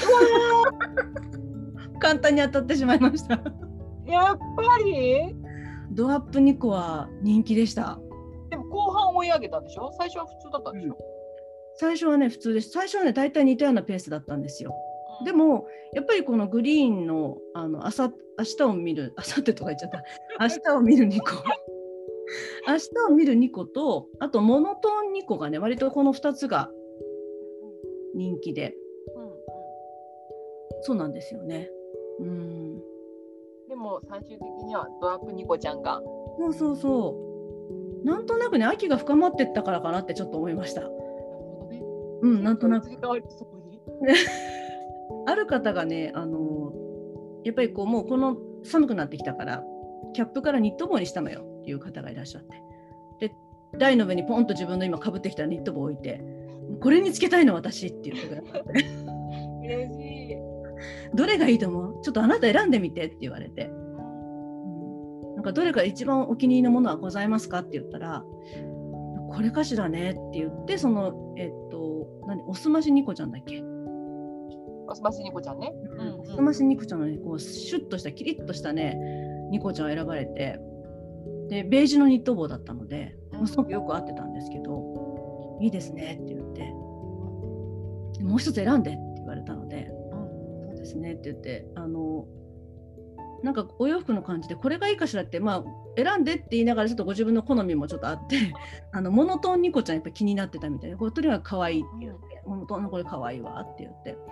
簡単に当たってしまいました。 やっぱりドアップニコは人気でした。 でも後半追い上げたんでしょ？最初は普通だったんでしょ？うん、 最初はね普通です。最初はね大体似たようなペースだったんですよ。うん、でもやっぱりこのグリーンのあの朝明日を見る明後日とか言っちゃった明日を見るニコ明日を見るニコとあとモノトーンニコがね割とこのふたつが人気で、うんうん、そうなんですよね。うん。 でも最終的にはドアップニコちゃんがそうそうそうなんとなくね秋が深まってったからかなってちょっと思いました。なるほどね。うんなんとなくある方がねあのやっぱりこうもうこの寒くなってきたからキャップからニット帽にしたのよっていう方がいらっしゃって、で台の上にポンと自分の今かぶってきたニット帽を置いてこれにつけたいの私って言ってくださって嬉しい。 どれがいいと思う？ちょっとあなた選んでみてって言われて、うん、なんかどれか一番お気に入りのものはございますかって言ったらこれかしらねって言ってそのえっと何おすましニコちゃんだっけ？ おすましニコちゃんね。 うん、おすましニコちゃんのねこうシュッとしたキリッとしたねニコちゃんを選ばれて、でベージュのニット帽だったので、うん、すごくよく合ってたんですけど、いいですねって言ってもう一つ選んでって言われたので、うん、そうですねって言ってあのなんかお洋服の感じでこれがいいかしらって、まあ、選んでって言いながらちょっとご自分の好みもちょっとあってあのモノトーンニコちゃんやっぱ気になってたみたいでこれとにかく可愛いって言って、うん、モノトーンのこれ可愛いわって言って、うん、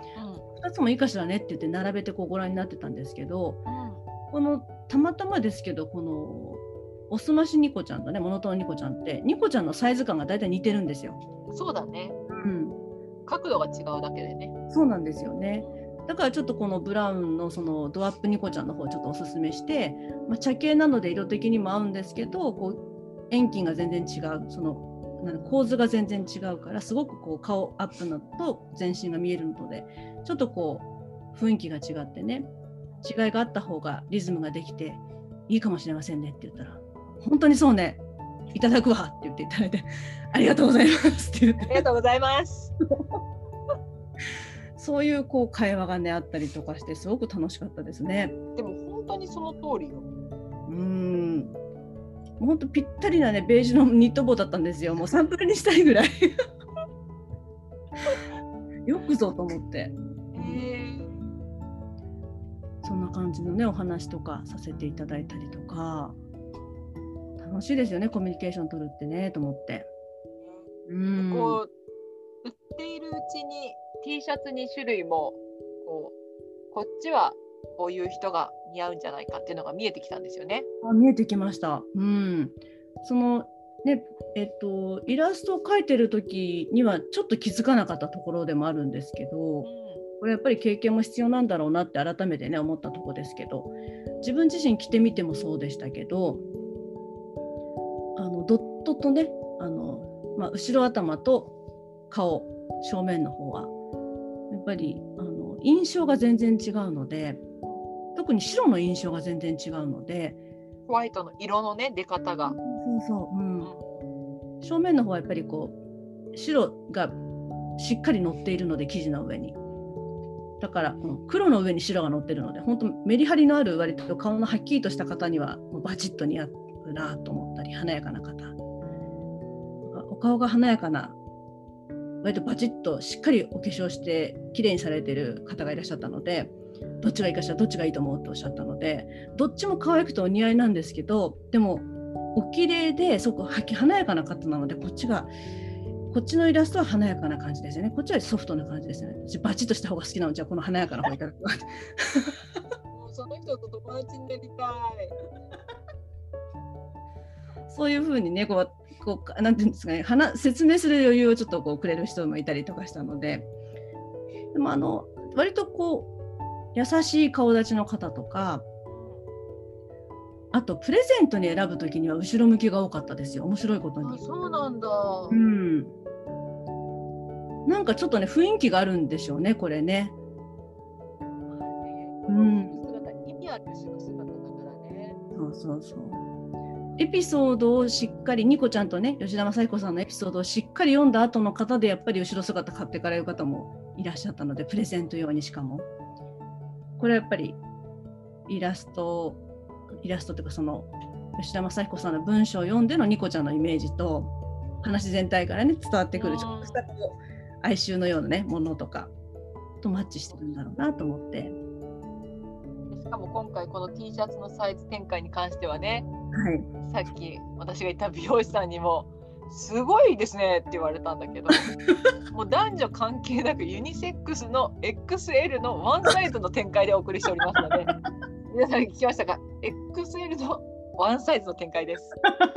ふたつもいいかしらねって言って並べてこうご覧になってたんですけど、うん、このたまたまですけどこのおすましニコちゃんとねモノトーンニコちゃんってニコちゃんのサイズ感がだいたい似てるんですよ。 そうだね、うん、角度が違うだけでね。 そうなんですよね。だからちょっとこのブラウンのそのドアップニコちゃんの方をちょっとおすすめして、まあ、茶系なので色的にも合うんですけどこう遠近が全然違うその構図が全然違うからすごくこう顔アップのと全身が見えるのでちょっとこう雰囲気が違ってね違いがあった方がリズムができていいかもしれませんねって言ったら本当にそうねいただくわって言っていただいてありがとうございますって言ってありがとうございますそういうこう会話がねあったりとかしてすごく楽しかったですね。 でも本当にその通りよ。 うーん本当ぴったりなねベージュのニット帽だったんですよ。もうサンプルにしたいぐらいよくぞと思って、 そんな感じのねお話とかさせていただいたりとか、楽しいですよねコミュニケーション取るってねと思って。 うん、こう売っているうちに T シャツに種類もこうこっちはこういう人が似合うんじゃないかっていうのが見えてきたんですよね。 あ、見えてきました。うん、そのねえっとイラストを描いてる時にはちょっと気づかなかったところでもあるんですけど、うん、これやっぱり経験も必要なんだろうなって改めてね思ったところですけど、自分自身着てみてもそうでしたけど、あのドットとねあの、まあ、後ろ頭と顔正面の方はやっぱりあの印象が全然違うので、特に白の印象が全然違うので、 ホワイトの色のね出方が、 そうそう、うん、正面の方はやっぱりこう白がしっかり乗っているので生地の上に、だから、うん、黒の上に白が乗ってるので本当メリハリのある割と顔のはっきりとした方にはもうバチッと似合うなと思ったり、華やかな方、お顔が華やかな割とバチッとしっかりお化粧して綺麗にされてる方がいらっしゃったので、どっちがいいかしらどっちがいいと思うとおっしゃったので、どっちも可愛くてお似合いなんですけど、でもお綺麗ですごく華やかな方なので、こっちがこっちのイラストは華やかな感じですよね。こっちはソフトな感じですよね。バチッとした方が好きなので、この華やかな方いただく。もうその人と友達になりたい。 そういう風にね、こうこうなんていうんですかね、話説明する余裕をちょっとこうくれる人もいたりとかしたので、でもあの割とこう優しい顔立ちの方とか、あとプレゼントに選ぶときには後ろ向きが多かったですよ。面白いことに。 あ、そうなんだ。 うん。なんかちょっとね雰囲気があるんでしょうね、これね。 うん。意味ある後ろ姿だからね。 そうそうそう。エピソードをしっかりニコちゃんとね吉田正彦さんのエピソードをしっかり読んだ後の方でやっぱり後ろ姿買ってかれる方もいらっしゃったので、プレゼント用にしかもこれはやっぱりイラストイラストというかその吉田正彦さんの文章を読んでのニコちゃんのイメージと話全体からね伝わってくるちょっとしたこう哀愁のようなねものとかとマッチしてるんだろうなと思って、 しかも今回この T シャツのサイズ展開に関してはね、 はい、 さっき私が言った美容師さんにもすごいですねって言われたんだけどもう男女関係なくユニセックスの エックスエル のワンサイズの展開でお送りしておりますので皆さん聞きましたか？ エックスエル のワンサイズの展開です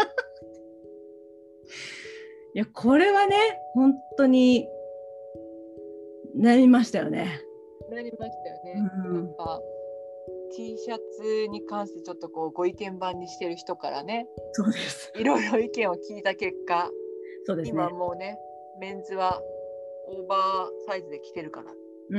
いやこれはね本当に悩みましたよね。 悩みましたよね、うん、やっぱT シャツに関してちょっとこうご意見番にしてる人からね、 そうですいろいろ意見を聞いた結果、 そうですね、 今もうねメンズはオーバーサイズで着てるから、 うん、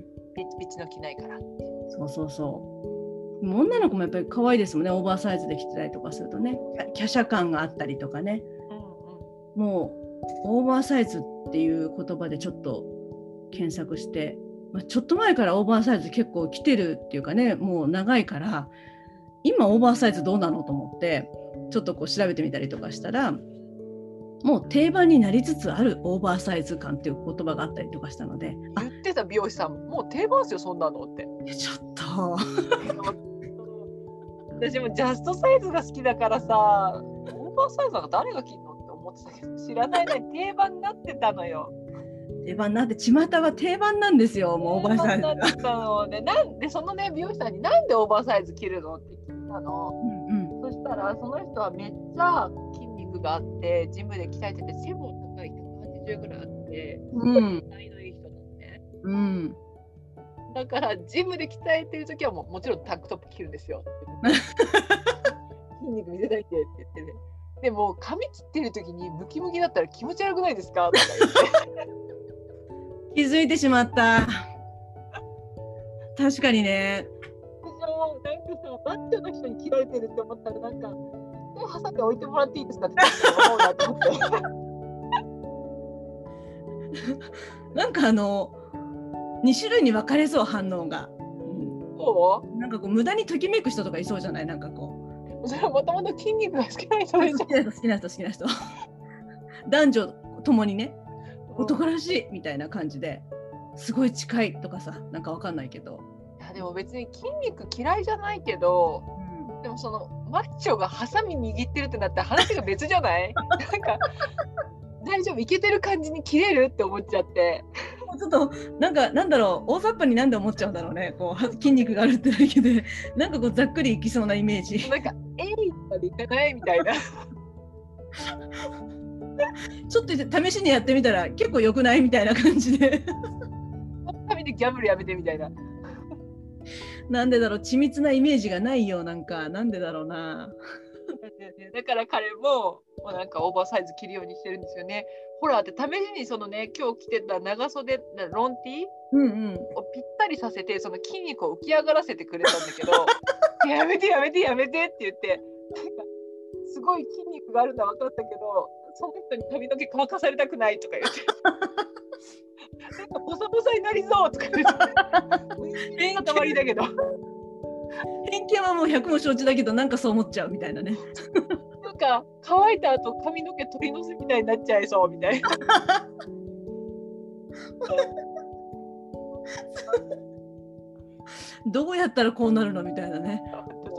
ピチピチの着ないからって。 そうそうそう、女の子もやっぱり可愛いですもんね、オーバーサイズで着てたりとかするとね、華奢感があったりとかね、うんうん、もうオーバーサイズっていう言葉でちょっと検索して、ちょっと前からオーバーサイズ結構来てるっていうかね、もう長いから今オーバーサイズどうなのと思ってちょっとこう調べてみたりとかしたら、もう定番になりつつあるオーバーサイズ感っていう言葉があったりとかしたので、 言ってた美容師さんもう定番ですよそんなのって。 ちょっと私もジャストサイズが好きだからさ、オーバーサイズなんか誰が着るのって思ってたけど、知らないね定番になってたのよ。 定番なんて巷は定番なんですよ、もうオーバーサイズが。 なんで、なんでそのね美容師さんになんでオーバーサイズ着るのって聞いたの、うんうん、そしたらその人はめっちゃ筋肉があってジムで鍛えてて背も高いひゃくはちじゅうぐらいあって、うん、体のいい人なのね、うん、だからジムで鍛えてるときはもうもちろんタンクトップ着るんですよ筋肉見せたいんでって言ってね。でも髪切ってるときにムキムキだったら気持ち悪くないですかとか言って気づいてしまった確かにね。 なんかさ、マッチョの人に切られてるって思ったらなんか一回挟んで置いてもらっていいですかって思うなと思ってなんかあのに種類に分かれそう反応が、 そう、 なんかこう無駄にときめく人とかいそうじゃない、なんかこうそれはもともと筋肉が好きな人でしょ。 好きな人好きな人好きな人男女ともにね、男らしいみたいな感じですごい近いとかさ、なんかわかんないけど。 いやでも別に筋肉嫌いじゃないけど、うん、でもそのマッチョがハサミ握ってるってなったら話が別じゃないなんか大丈夫、いけてる感じに切れるって思っちゃって。 ちょっとなんかなんだろう、大雑把になんで思っちゃうんだろうね。こう筋肉があるってだけでなんかこうざっくりいきそうなイメージ。 なんかえいまでいかないみたいな。 ちょっと試しにやってみたら結構良くないみたいな感じで。 紙でギャンブルやめてみたいな。 なんでだろう、緻密なイメージがないよ。なんかなんでだろうな。 だから彼ももうなんかオーバーサイズ着るようにしてるんですよね。ほらって試しにそのね、今日着てた長袖ロンティー、うんうん、をぴったりさせて、その筋肉を浮き上がらせてくれたんだけどやめてやめてやめてって言って、なんかすごい筋肉があるのは分かったけど、その人に髪の毛乾かされたくないとか言ってなんかボサボサになりそうとか言って偏見塊だけど偏見はもうひゃくも承知だけど、なんかそう思っちゃうみたいなねなんか乾いた後髪の毛取りのせみたいになっちゃいそうみたいなどうやったらこうなるのみたいなね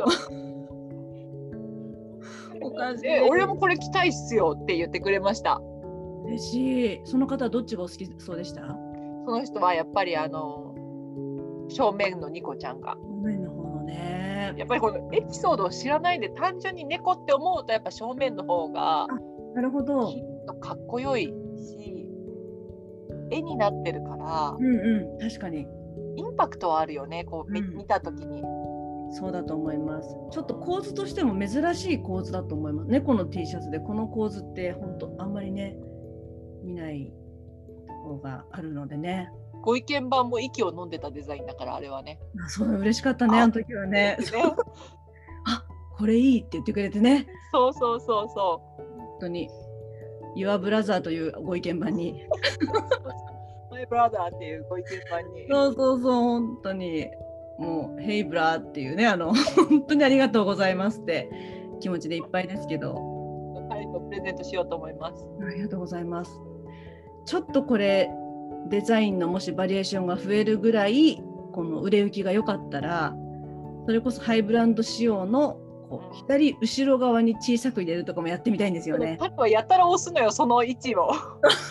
おかしい。俺もこれ着たいっすよって言ってくれました。 嬉しい。その方どっちがお好きそうでした？ その人はやっぱりあの正面のニコちゃんが。 正面の方のね。 やっぱりこのエピソードを知らないで単純に猫って思うとやっぱ正面の方がなるほど。 きっとかっこよいし絵になってるから、 うんうん、確かにインパクトはあるよね、こう、うん、見た時に。 そうだと思います。ちょっと構図としても珍しい構図だと思います。猫の T シャツでこの構図って本当あんまりね見ない方があるのでね。 ご意見番も息を飲んでたデザインだから、あれはね。 あ、そう嬉しかったね、あの時はね。あ、これいいって言ってくれてね。 そうそうそうそう。 本当に Your Brother というご意見番に My Brother っていうご意見番に。 そうそうそう、本当にもう Hey Bra っていうね、あの本当にありがとうございますって気持ちでいっぱいですけど、 彼にもプレゼントしようと思います。 ありがとうございます。ちょっとこれデザインのもしバリエーションが増えるぐらいこの売れ行きが良かったら、それこそハイブランド仕様のこう左後ろ側に小さく入れるとかもやってみたいんですよね。 彼はやたら押すのよ、その位置を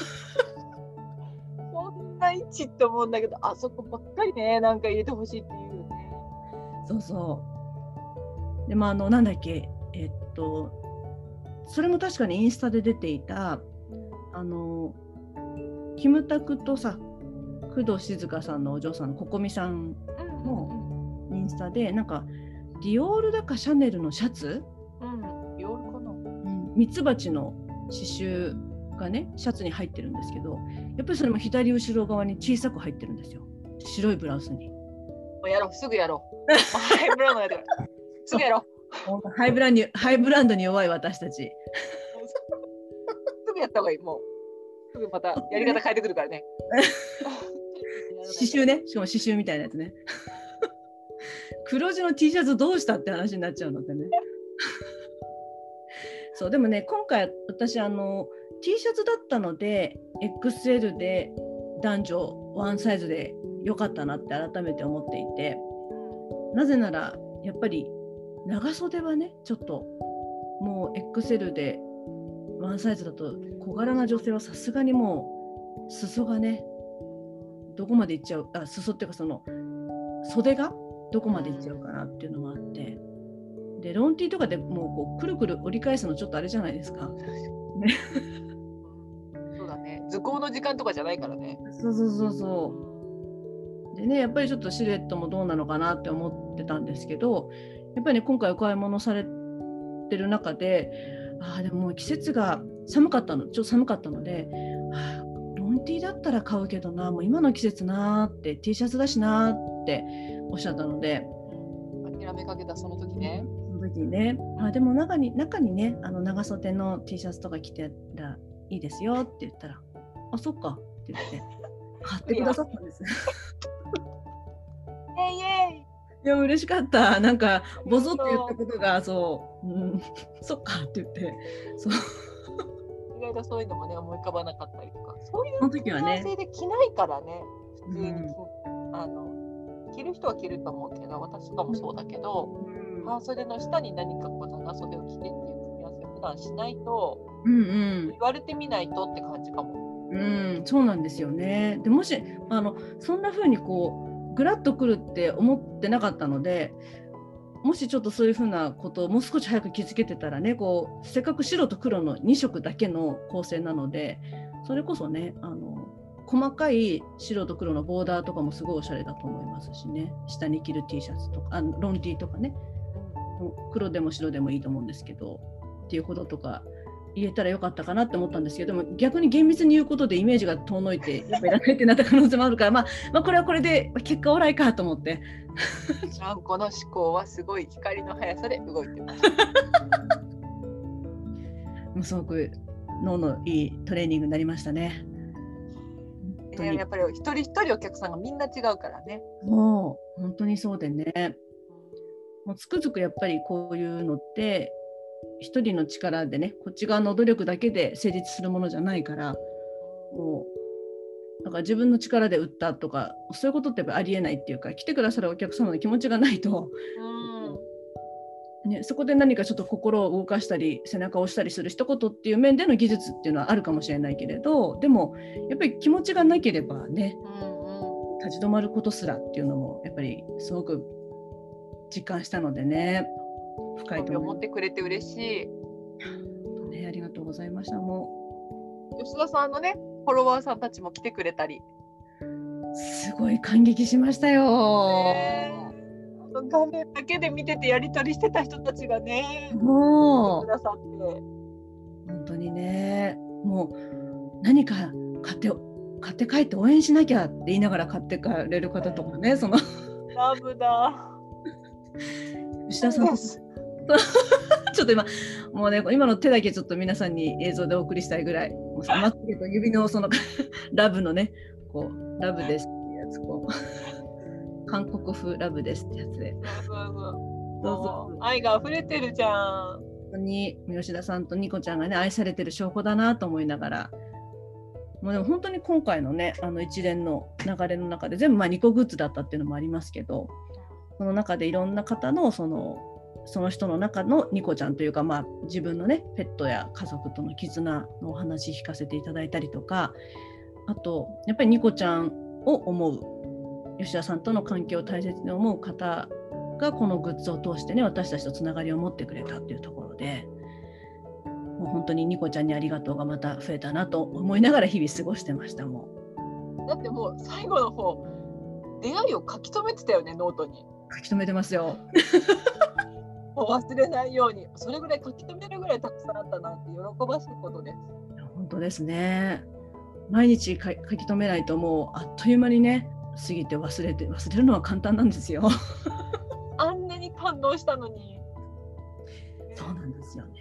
そんな位置って思うんだけど、あそこばっかりね、なんか入れてほしいっていうよね。 そうそう。でもあのなんだっけ、えっとそれも確かにインスタで出ていた、あのキムタクとさ、工藤静香さんのお嬢さんのココミさんのインスタで、なんかディオールだかシャネルのシャツ、 うん、ディオールかな、うん、 ミツバチの刺繍がねシャツに入ってるんですけど、やっぱりそれも左後ろ側に小さく入ってるんですよ、白いブラウスに。 もうやろう、すぐやろうハイブランドやってすぐやろうハイブランドにハイブランドに弱い私たちすぐやった方がいい。もうすぐまたやり方変えてくるからね刺繍ね、しかも刺繍みたいなやつね黒地の T シャツどうしたって話になっちゃうのでねそうでもね、今回私あの T シャツだったので エックスエル で男女ワンサイズで良かったなって改めて思っていて、なぜならやっぱり長袖はねちょっともう エックスエル でワンサイズだと小柄な女性はさすがにもう裾がねどこまでいっちゃう、あ、裾っていうかその袖がどこまでいっちゃうかなっていうのもあって、でロンティーとかでもうこうくるくる折り返すのちょっとあれじゃないですか、ね、 そうだね、図工の時間とかじゃないからね。 そうそうそうそうでね、やっぱりちょっとシルエットもどうなのかなって思ってたんですけど、やっぱりね今回お買い物されてる中で、あでももう季節が寒かったのちょっと寒かったので、あロンティーだったら買うけどな、もう今の季節なーって T シャツだしなーっておっしゃったので、 諦めかけたその時ね。 その時にね、あでも中に中にねあの長袖の T シャツとか着てたらいいですよって言ったら、あそっかって言って買ってくださったんです。 イエイイエイ。 いや嬉しかった。なんかボソッと言ったことがそう、うん、そっかって言ってそう。 意外とそういうのもね思い浮かばなかったりとか、そういう時はね男性で着ないからね。 普通に、うん、あの着る人は着ると思うけど、私とかもそうだけど、うん、半袖の下に何かこう長袖を着てっていう組み合わせを普段しないと、うんうん、言われてみないとって感じかも。 うん、そうなんですよね。でもしあのそんな風にこうグラッとくるって思ってなかったので、もしちょっとそういう風なことをもう少し早く気づけてたらね、こうせっかく白と黒のに色だけの構成なので、それこそね、あの細かい白と黒のボーダーとかもすごいおしゃれだと思いますしね、下に着る T シャツとか、あのロン T とかね、黒でも白でもいいと思うんですけどっていうこととか言えたらよかったかなって思ったんですけど、でも逆に厳密に言うことでイメージが遠のいてやっぱいらないってなった可能性もあるから、まあ、まあこれはこれで結果オーライかと思ってちゃんこの思考はすごい光の速さで動いてますもうすごく脳のいいトレーニングになりましたね。 やっぱり一人一人お客さんがみんな違うからね。 もう本当にそうでね、もうつくづくやっぱりこういうのって一人の力でね、こっち側の努力だけで成立するものじゃないから、もうだから自分の力で売ったとかそういうことってやっぱありえないっていうか、来てくださるお客様の気持ちがないと、うんね、そこで何かちょっと心を動かしたり背中を押したりする一言っていう面での技術っていうのはあるかもしれないけれど、でもやっぱり気持ちがなければね、うんうん、立ち止まることすらっていうのもやっぱりすごく実感したのでね、深いと思ってくれて嬉しい、 ね、ありがとうございました。もう吉田さんのねフォロワーさんたちも来てくれたり、 すごい感激しましたよ、 ね、画面だけで見ててやり取りしてた人たちがね、 もうくださって本当にね、もう何か買って買って帰って応援しなきゃって言いながら買ってかれる方とかね、そのラブだ吉田さんちょっと今もうね、今の手だけちょっと皆さんに映像でお送りしたいぐらい、もうそのまつげと指のそのラブのね、こうラブですっていうやつ、こう韓国風ラブですってやつで、 どうぞ、愛が溢れてるじゃん。 本当に吉田さんとニコちゃんがね愛されてる証拠だなと思いながら、もうでも本当に今回のねあの一連の流れの中で全部まあニコグッズだったっていうのもありますけど、その中でいろんな方のそのその人の中のニコちゃんというか、まあ、自分のねペットや家族との絆のお話聞かせていただいたりとか、あとやっぱりニコちゃんを思う吉田さんとの関係を大切に思う方がこのグッズを通してね私たちとつながりを持ってくれたっていうところで、もう本当にニコちゃんにありがとうがまた増えたなと思いながら日々過ごしてました。もうだってもう最後の方出会いを書き留めてたよね、ノートに。 書き留めてますよもう忘れないように、それぐらい書き留めるぐらいたくさんあったなって喜ばしいことです。 本当ですね。毎日書き留めないともうあっという間にね過ぎて忘れて忘れるのは簡単なんですよあんなに感動したのに。 そうなんですよね。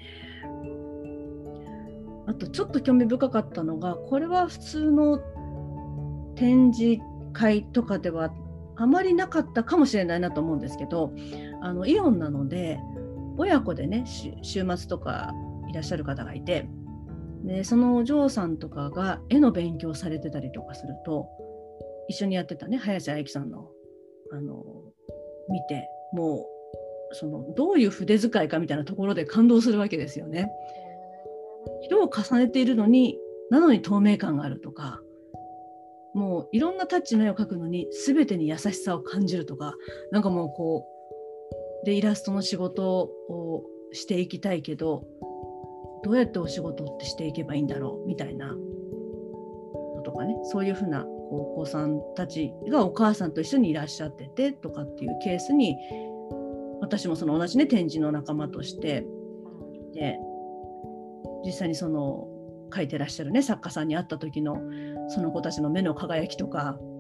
あとちょっと興味深かったのが、これは普通の展示会とかではあまりなかったかもしれないなと思うんですけど、あのイオンなので親子でね週末とかいらっしゃる方がいて、でそのお嬢さんとかが絵の勉強されてたりとかすると、一緒にやってたね早瀬愛希さんのあの見て、もうそのどういう筆使いかみたいなところで感動するわけですよね。色を重ねているのになのに透明感があるとか、もういろんなタッチの絵を描くのに全てに優しさを感じるとか、なんかもうこうでイラストの仕事をしていきたいけどどうやってお仕事ってしていけばいいんだろうみたいなのとかね、そういうふうなお子さんたちがお母さんと一緒にいらっしゃっててとかっていうケースに、私もその同じね展示の仲間としてで実際にその描いてらっしゃるね作家さんに会った時のその子たちの目の輝きとか、うん、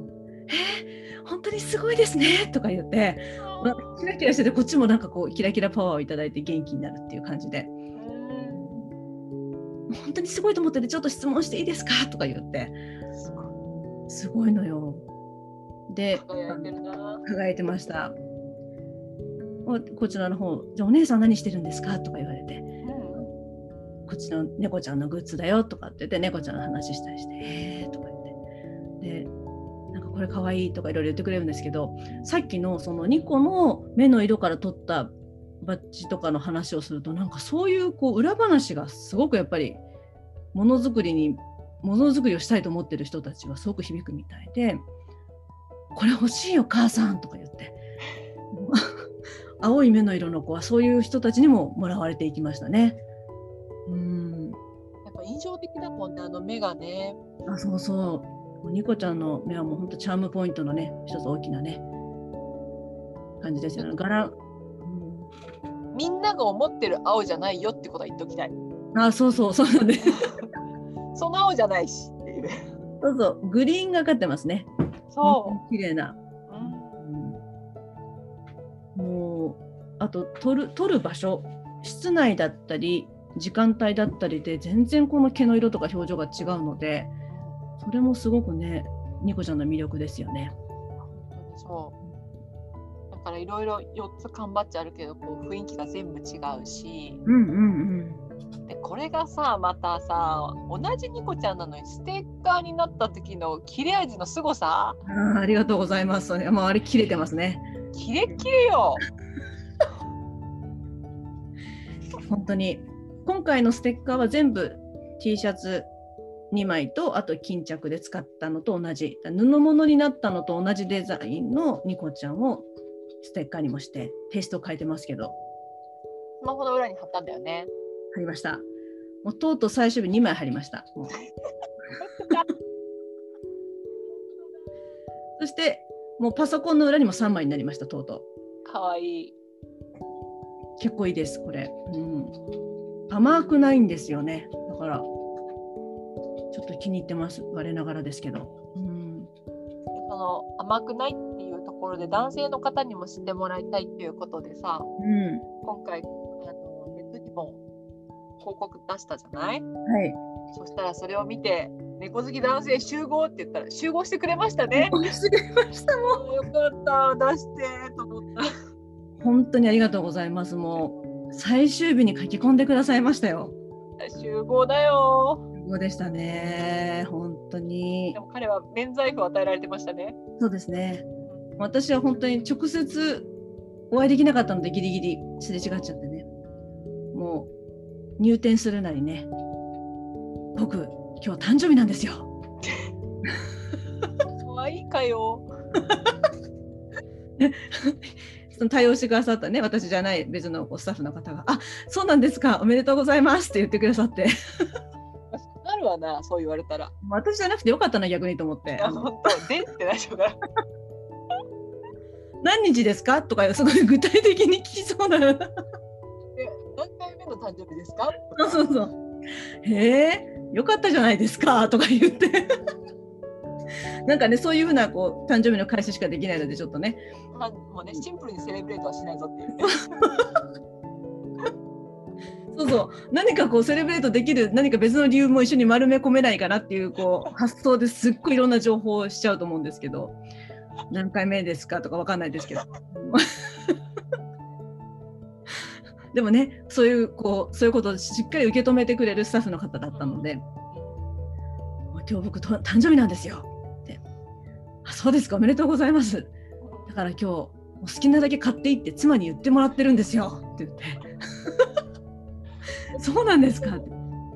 えー、本当にすごいですねとか言って、なんかキラキラしててこっちもなんかこうキラキラパワーをいただいて元気になるっていう感じで、本当にすごいと思っててちょっと質問していいですかとか言って、すごいのよ。で輝いてるな。 輝いてました。こちらの方、じゃあお姉さん何してるんですかとか言われて、こっちの猫ちゃんのグッズだよとかって言って猫ちゃんの話したりして、えーとか言って、でこれかわいいとかいろいろ言ってくれるんですけど、さっきのそのニコの目の色から取ったバッジとかの話をすると、なんかそういうこう裏話がすごくやっぱりものづくりにものづくりをしたいと思ってる人たちはすごく響くみたいで、これ欲しいよ母さんとか言って青い目の色の子はそういう人たちにももらわれていきましたね。うん、 やっぱ印象的だもんね、あの目がね。 あ、そうそう、ニコちゃんの目はもう本当チャームポイントのね一つ大きなね感じですよね。柄、 うん、みんなが思ってる青じゃないよってことは言っておきたい。 あ、そうそうそうなんでその青じゃないしっていう。 そうそう、グリーンがかってますね。 そう綺麗な、うん、もうあと撮る撮る場所、室内だったり時間帯だったりで全然この毛の色とか表情が違うので、それもすごくねニコちゃんの魅力ですよね。 本当にそう。だからいろいろよっつ缶バッジあるけど、こう雰囲気が全部違うし、 うんうんうん、 でこれがさまたさ同じニコちゃんなのにステッカーになった時の切れ味のすごさ。 あ, ありがとうございます。まあ、あれ切れてますね。 キレッキレよ本当に今回のステッカーは全部 T シャツにまいとあと巾着で使ったのと同じ、布物になったのと同じデザインのニコちゃんをステッカーにもしてテイスト変えてますけど、 スマホの裏に貼ったんだよね。 貼りました。もうとうとう最終日にまい貼りました。もうそしてもうパソコンの裏にもさんまいになりました。とうとうかわいい。 結構いいですこれ、うん、甘くないんですよね。だからちょっと気に入ってます、我ながらですけど、うん、 その甘くないっていうところで男性の方にも知ってもらいたいっていうことでさ、 うん、 今回あのネットにも広告出したじゃない？ はい。 そしたらそれを見て猫好き男性集合って言ったら集合してくれましたね。 してくれましたもん。 よかった出してと思った。 本当にありがとうございます。もう最終日に書き込んでくださいましたよ。 集合だよ。 そうでしたね。本当に。 でも彼は免罪符を与えられてましたね。 そうですね。私は本当に直接お会いできなかったのでギリギリすれ違っちゃってね。もう入店するなりね、僕今日誕生日なんですよ。 可愛いかよ。 その対応してくださったね、私じゃない別のスタッフの方が、あ、そうなんですか、おめでとうございますって言ってくださって。 なるわな、そう言われたら。 私じゃなくてよかったな、逆にと思って。 本当、でってなっちゃうから。 何日ですかとか、すごい具体的に聞きそうな。え、 何回目の誕生日ですか？ そうそうそう。へえ、よかったじゃないですかとか言って。なんかね、そういうふうなこう誕生日の返ししかできないので、ちょっとね。 まあ、もうね、シンプルにセレブレートはしないぞっていう、ね。 そうそう、何かこうセレブレートできる何か別の理由も一緒に丸め込めないかなっていうこう発想ですっごいいろんな情報をしちゃうと思うんですけど、何回目ですかとかわかんないですけど。でもね、そういうこうそういうことをしっかり受け止めてくれるスタッフの方だったので、今日僕と誕生日なんですよって。あ、そうですか、おめでとうございます。だから今日お好きなだけ買っていって妻に言ってもらってるんですよって言って。そうなんですかって。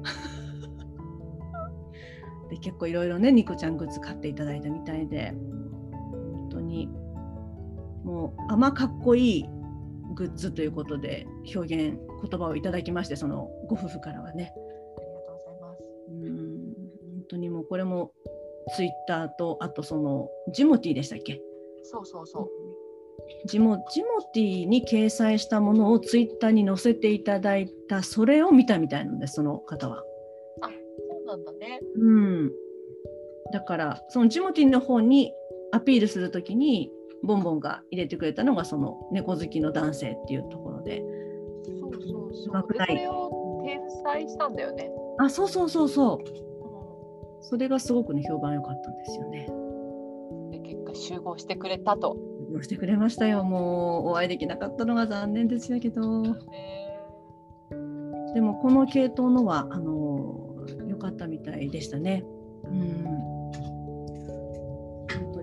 で結構いろいろねニコちゃんグッズ買っていただいたみたいで、本当にもうあまかっこいいグッズということで表現言葉をいただきまして、そのご夫婦からはね、 ありがとうございます。 うん、本当にもうこれもツイッターとあとそのジモティーでしたっけ？ そうそうそう。 ジモ、ジモティーに掲載したものをツイッターに載せていただいた、それを見たみたいなんです、その方は。 あ、そうなんだね。 うん。だからそのジモティーの方にアピールするときにボンボンが入れてくれたのがその猫好きの男性っていうところで。 そうそうそう。で、それを転載したんだよね。 あ、そうそうそうそう。うん、それがすごくね評判良かったんですよね。 で、結果集合してくれたと。 してくれましたよ。もうお会いできなかったのが残念でしたけど、ね、でもこの系統のはあの良かったみたいでしたね。うん、本当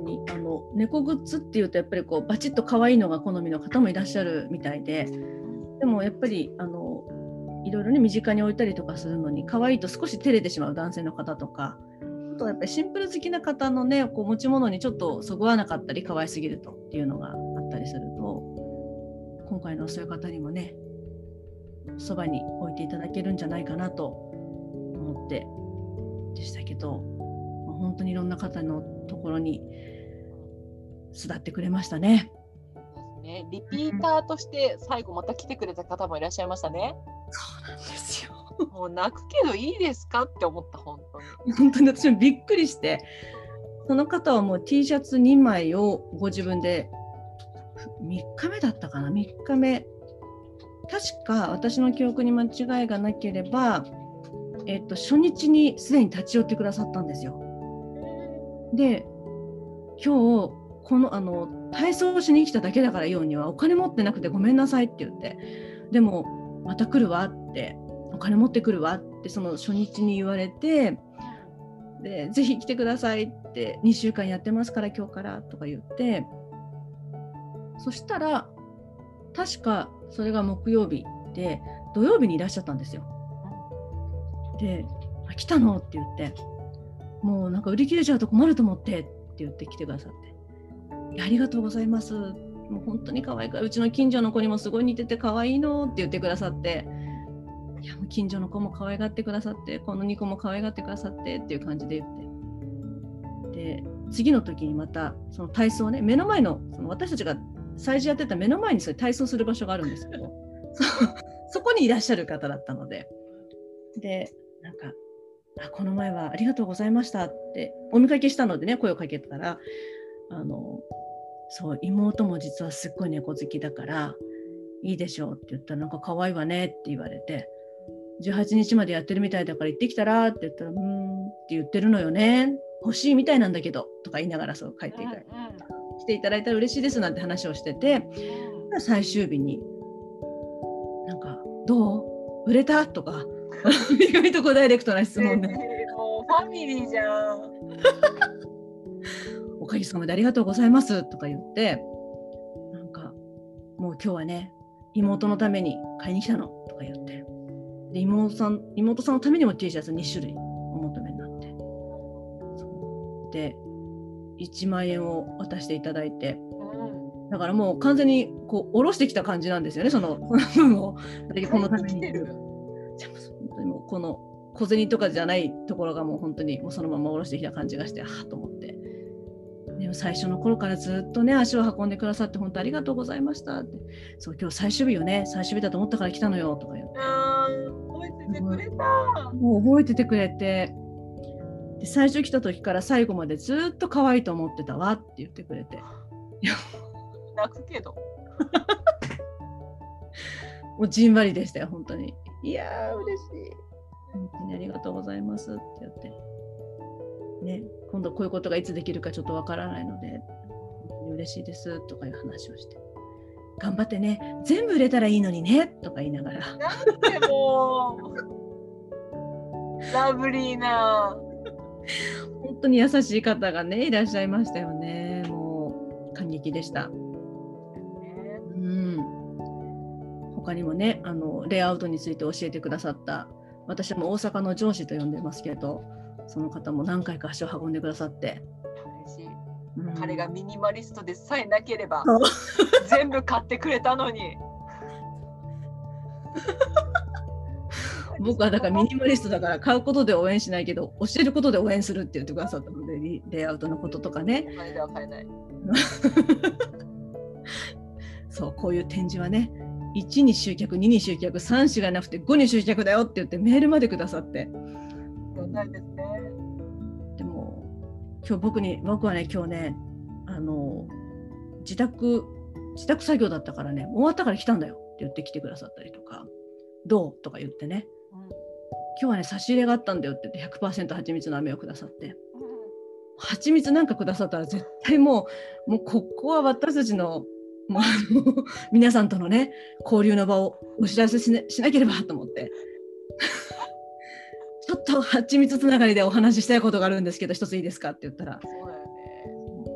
にあの猫グッズっていうとやっぱりこうバチッと可愛いのが好みの方もいらっしゃるみたいで、でもやっぱりあのいろいろね身近に置いたりとかするのに可愛いと少し照れてしまう男性の方とか、あとやっぱりシンプル好きな方のねこう持ち物にちょっとそぐわなかったり可愛すぎるとっていうのがあったりすると、今回のそういう方にもねそばに置いていただけるんじゃないかなと思ってでしたけど、本当にいろんな方のところに巣立ってくれましたね。 ね、リピーターとして最後また来てくれた方もいらっしゃいましたね。 そうなんですよ。 もう泣くけどいいですかって思った。本当に本当に私もびっくりして、その方はもう T シャツにまいをご自分でみっかめだったかな、みっかめ、確か私の記憶に間違いがなければ、えっと、初日にすでに立ち寄ってくださったんですよ。で、今日このあの体操しに来ただけだからイオンにはお金持ってなくてごめんなさいって言って、でもまた来るわって、お金持ってくるわってその初日に言われて、でぜひ来てくださいってにしゅうかんやってますから今日からとか言って、そしたら確かそれが木曜日で土曜日にいらっしゃったんですよ。で、あ来たのって言って、もうなんか売り切れちゃうと困ると思ってって言って来てくださって、ありがとうございます、もう本当に可愛いから、うちの近所の子にもすごい似てて可愛いのって言ってくださって、いやもう近所の子も可愛がってくださって、このにこも可愛がってくださってっていう感じで言って、で次の時にまたその体操ね、目の前の、その私たちが催事やってた目の前にそれ体操する場所があるんですけどそ, そこにいらっしゃる方だったので、でなんかあこの前はありがとうございましたってお見かけしたのでね、声をかけたら、あのそう妹も実はすっごい猫好きだからいいでしょうって言ったら、なんか可愛いわねって言われて、じゅうはちにちまでやってるみたいだから行ってきたらって言ったら、うーんって言ってるのよね、欲しいみたいなんだけどとか言いながらそう帰っていただいて、来ていただいたら嬉しいですなんて話をしてて、最終日になんかどう売れたとか意外とこうダイレクトな質問で、 えー、もうファミリーじゃんおかげさまでありがとうございますとか言って、なんかもう今日はね妹のために買いに来たのとか言って、で 妹さん妹さんのためにも T シャツにしゅるいお求めになって、そうでいちまんえんを渡していただいて、だからもう完全にこう下ろしてきた感じなんですよね、その分をこのために。じゃあ本当にもうこの小銭とかじゃないところがもう本当にもうそのまま下ろしてきた感じがして、はぁと思って、でも最初の頃からずっとね足を運んでくださって本当ありがとうございましたって、そう今日最終日よね、最終日だと思ったから来たのよとか言って、 あ覚えててくれた、 もう覚えててくれて、で最初来た時から最後までずっと可愛いと思ってたわって言ってくれて、 泣くけどもうじんわりでしたよ本当に。いやー嬉しい、本当にありがとうございますって言ってね、今度こういうことがいつできるかちょっとわからないので本当に嬉しいですとかいう話をして、頑張ってね全部売れたらいいのにねとか言いながら、 なんてもうラブリーな本当に優しい方がねいらっしゃいましたよね。もう感激でした。うん、他にもねあのレイアウトについて教えてくださった、私も大阪の上司と呼んでますけど、その方も何回か足を運んでくださって、 嬉しい、 うん、 彼がミニマリストでさえなければ全部買ってくれたのに僕はだからミニマリストだから買うことで応援しないけど教えることで応援するって言ってくださったので、レイアウトのこととかね、 お金では買えないそうこういう展示はねいちに集客、にに集客、さんしがなくてごに集客だよって言ってメールまでくださって、 ないですね。 でも今日僕に僕はね今日ねあの自宅自宅作業だったからね、終わったから来たんだよって言って来てくださったりとか、どうとか言ってね、うん、今日はね差し入れがあったんだよって言って ひゃくパーセント 蜂蜜の飴をくださって、うん、蜂蜜なんかくださったら絶対もうもうここは私たちのもう皆さんとのね交流の場をお知らせし な, しなければと思ってちょっと蜂蜜つながりでお話ししたいことがあるんですけど一ついいですかって言ったら、そうだよね、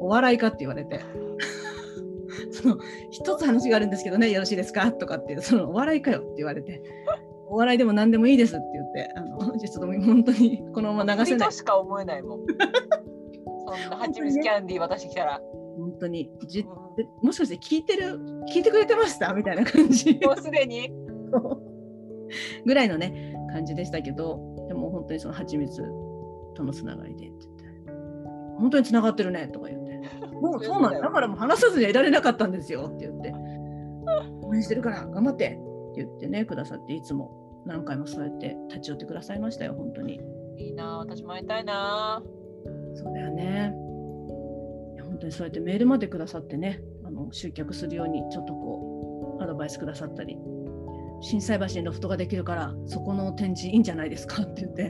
お笑いかって言われてその一つ話があるんですけどねよろしいですかとかっていうそのお笑いかよって言われてお笑いでも何でもいいですって言ってあのちょっと本当にこのまま流せない。 としか思えないもんそんな蜂蜜キャンディー渡してきたら本当にじもしかして聞いてる聞いてくれてましたみたいな感じもうすでにぐらいのね感じでしたけど、でも本当にその蜂蜜とのつながりでって言って本当につながってるねとか言ってもうそうなんだだからもう話さずにはいられなかったんですよって言って応援してるから頑張ってって言ってねくださって、いつも何回もそうやって立ち寄ってくださいましたよ。本当にいいな、私も会いたいな。 そうだよね。本当にそうやってメールまでくださってね、あの集客するようにちょっとこうアドバイスくださったり、心斎橋にロフトができるからそこの展示いいんじゃないですかって言って、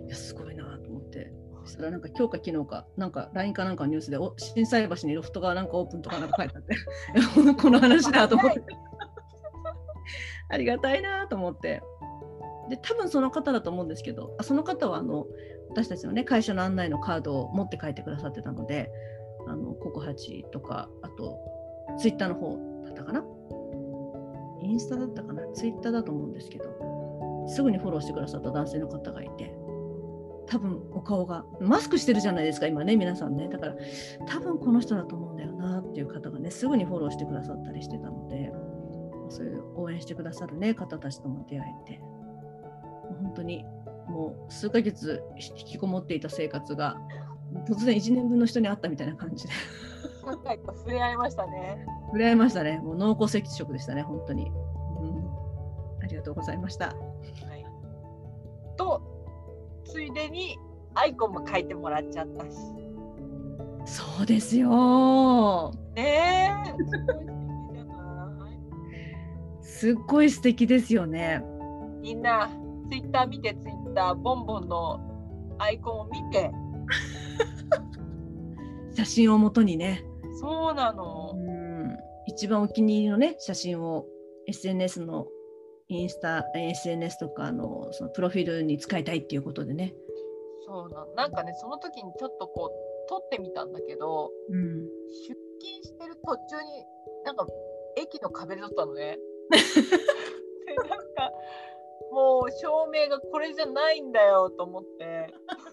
いやすごいなと思って、そしたらなんか今日か昨日かなんか ライン かなんかのニュースでお心斎橋にロフトがなんかオープンとかなんか書いてあってこの話だと思ってありがたいなと思って、で多分その方だと思うんですけど、その方はあの私たちのね会社の案内のカードを持って帰ってくださってたので、あのココハチとかあとツイッターの方だったかな、インスタだったかな、ツイッターだと思うんですけど、すぐにフォローしてくださった男性の方がいて、多分お顔がマスクしてるじゃないですか今ね皆さんね、だから多分この人だと思うんだよなっていう方がねすぐにフォローしてくださったりしてたので、そういう応援してくださるね方たちとも出会えて、本当にもう数ヶ月引きこもっていた生活が突然いちねんぶんの人に会ったみたいな感じで何回か触れ合いましたね。 触れ合いましたね。もう濃厚接触でしたね本当に、うん、ありがとうございました、はい、 とついでにアイコンも書いてもらっちゃったし。 そうですよねえすっごい素敵ですよね。 みんなツイッター見て、ツイッターボンボンのアイコンを見て写真をもとにね。 そうなの、 うん、一番お気に入りのね写真を エスエヌエス のインスタ エスエヌエス とかのそのプロフィールに使いたいっていうことでね。 そうなの、なんかねその時にちょっとこう撮ってみたんだけど、うん、出勤してる途中になんか駅の壁で撮ったのねでなんかもう照明がこれじゃないんだよと思って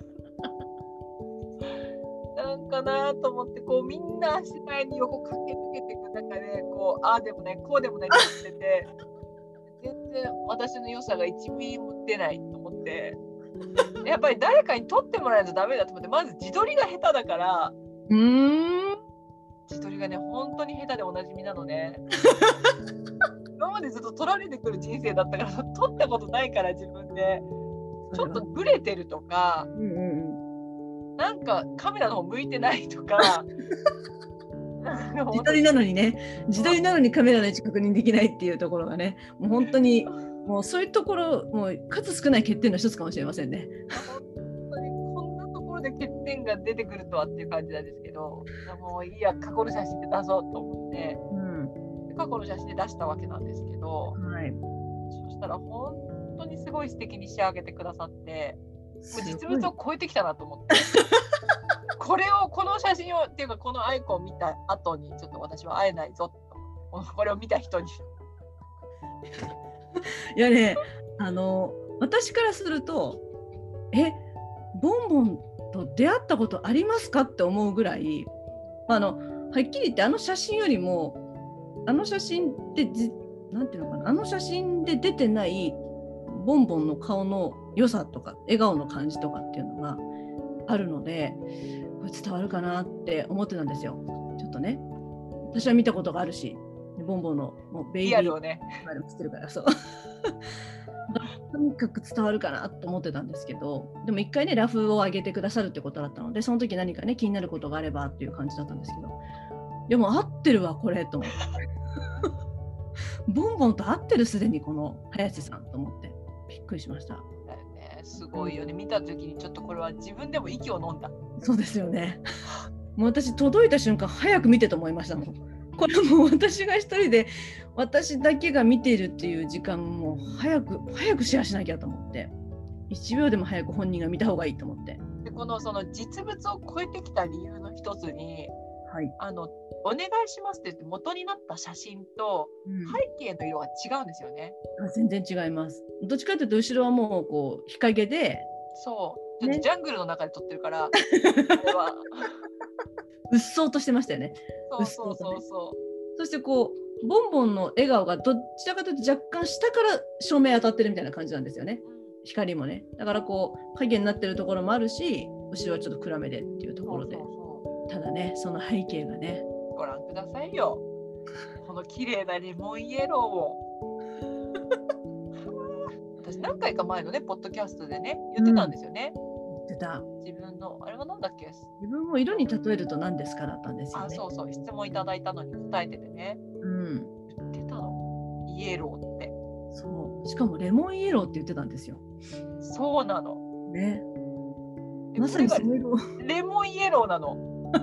なんかなと思って、こうみんな足前に横駆け抜けていく中でこうああでもないこうでもないって言ってて全然私の良さがいちミリも出ないと思って、やっぱり誰かに撮ってもらえないとダメだと思って、まず自撮りが下手だから、 うーん自撮りがね本当に下手でおなじみなのね今までずっと撮られてくる人生だったから撮ったことないから、自分でちょっとブレてるとか、うんうんうん、なんかカメラの方向いてないとか自撮りなのにね、自撮りなのにカメラの位置確認できないっていうところがね、もう本当にもうそういうところ、もう数少ない欠点の一つかもしれませんね。 本当にこんなところで欠点が出てくるとはっていう感じなんですけど、もういいや過去の写真で出そうと思って、うん、過去の写真で出したわけなんですけど、はい、そしたら本当にすごい素敵に仕上げてくださって、もう実物を超えてきたなと思ってこれをこの写真をっていうかこのアイコンを見た後にちょっと私は会えないぞと、これを見た人にいやね、あの私からするとえボンボンと出会ったことありますかって思うぐらい、あのはっきり言ってあの写真よりもあの写真ってじなんていうのかな、あの写真で出てないボンボンの顔の良さとか笑顔の感じとかっていうのがあるので、これ伝わるかなって思ってたんですよ。ちょっとね、私は見たことがあるし、ボンボンのもうベイビーリアルをねしてるからそうとにかく伝わるかなと思ってたんですけど、でも一回ねラフを上げてくださるってことだったので、その時何かね気になることがあればっていう感じだったんですけど、でも合ってるわこれと思ってボンボンと合ってる、すでにこの林さんと思ってびっくりしました。 だよね、すごいよね。見た時にちょっとこれは自分でも息を飲んだ。 そうですよねもう私届いた瞬間早く見てと思いましたもん。これもう私が一人で私だけが見ているっていう時間も早く早くシェアしなきゃと思って、いちびょうでも早く本人が見た方がいいと思って、 でこのその実物を超えてきた理由の一つに、 はい、 あのお願いしますって言って元になった写真と背景の色が違うんですよね。 うん、全然違います。どっちかというと後ろはもうこう日陰で、 そうちょっとジャングルの中で撮ってるから、ね、あれはうっそうとしてましたよね。 そうそうそうそう。 そしてこうボンボンの笑顔がどちらかというと若干下から照明当たってるみたいな感じなんですよね、うん、光もね。だからこう影になってるところもあるし、後ろはちょっと暗めでっていうところで、そうそうそう、ただねその背景がね、 ご覧くださいよ、この綺麗なレモンイエローを私何回か前のねポッドキャストでね言ってたんですよね、 うん、言ってた。 自分のあれは何だっけ、 自分を色に例えると何ですかだったんですよね。 あ、そうそう、質問いただいたのに答えててね、うん、言ってたの、イエローって。 そう、しかもレモンイエローって言ってたんですよ。 そうなのね、まさにその色レモンイエローなの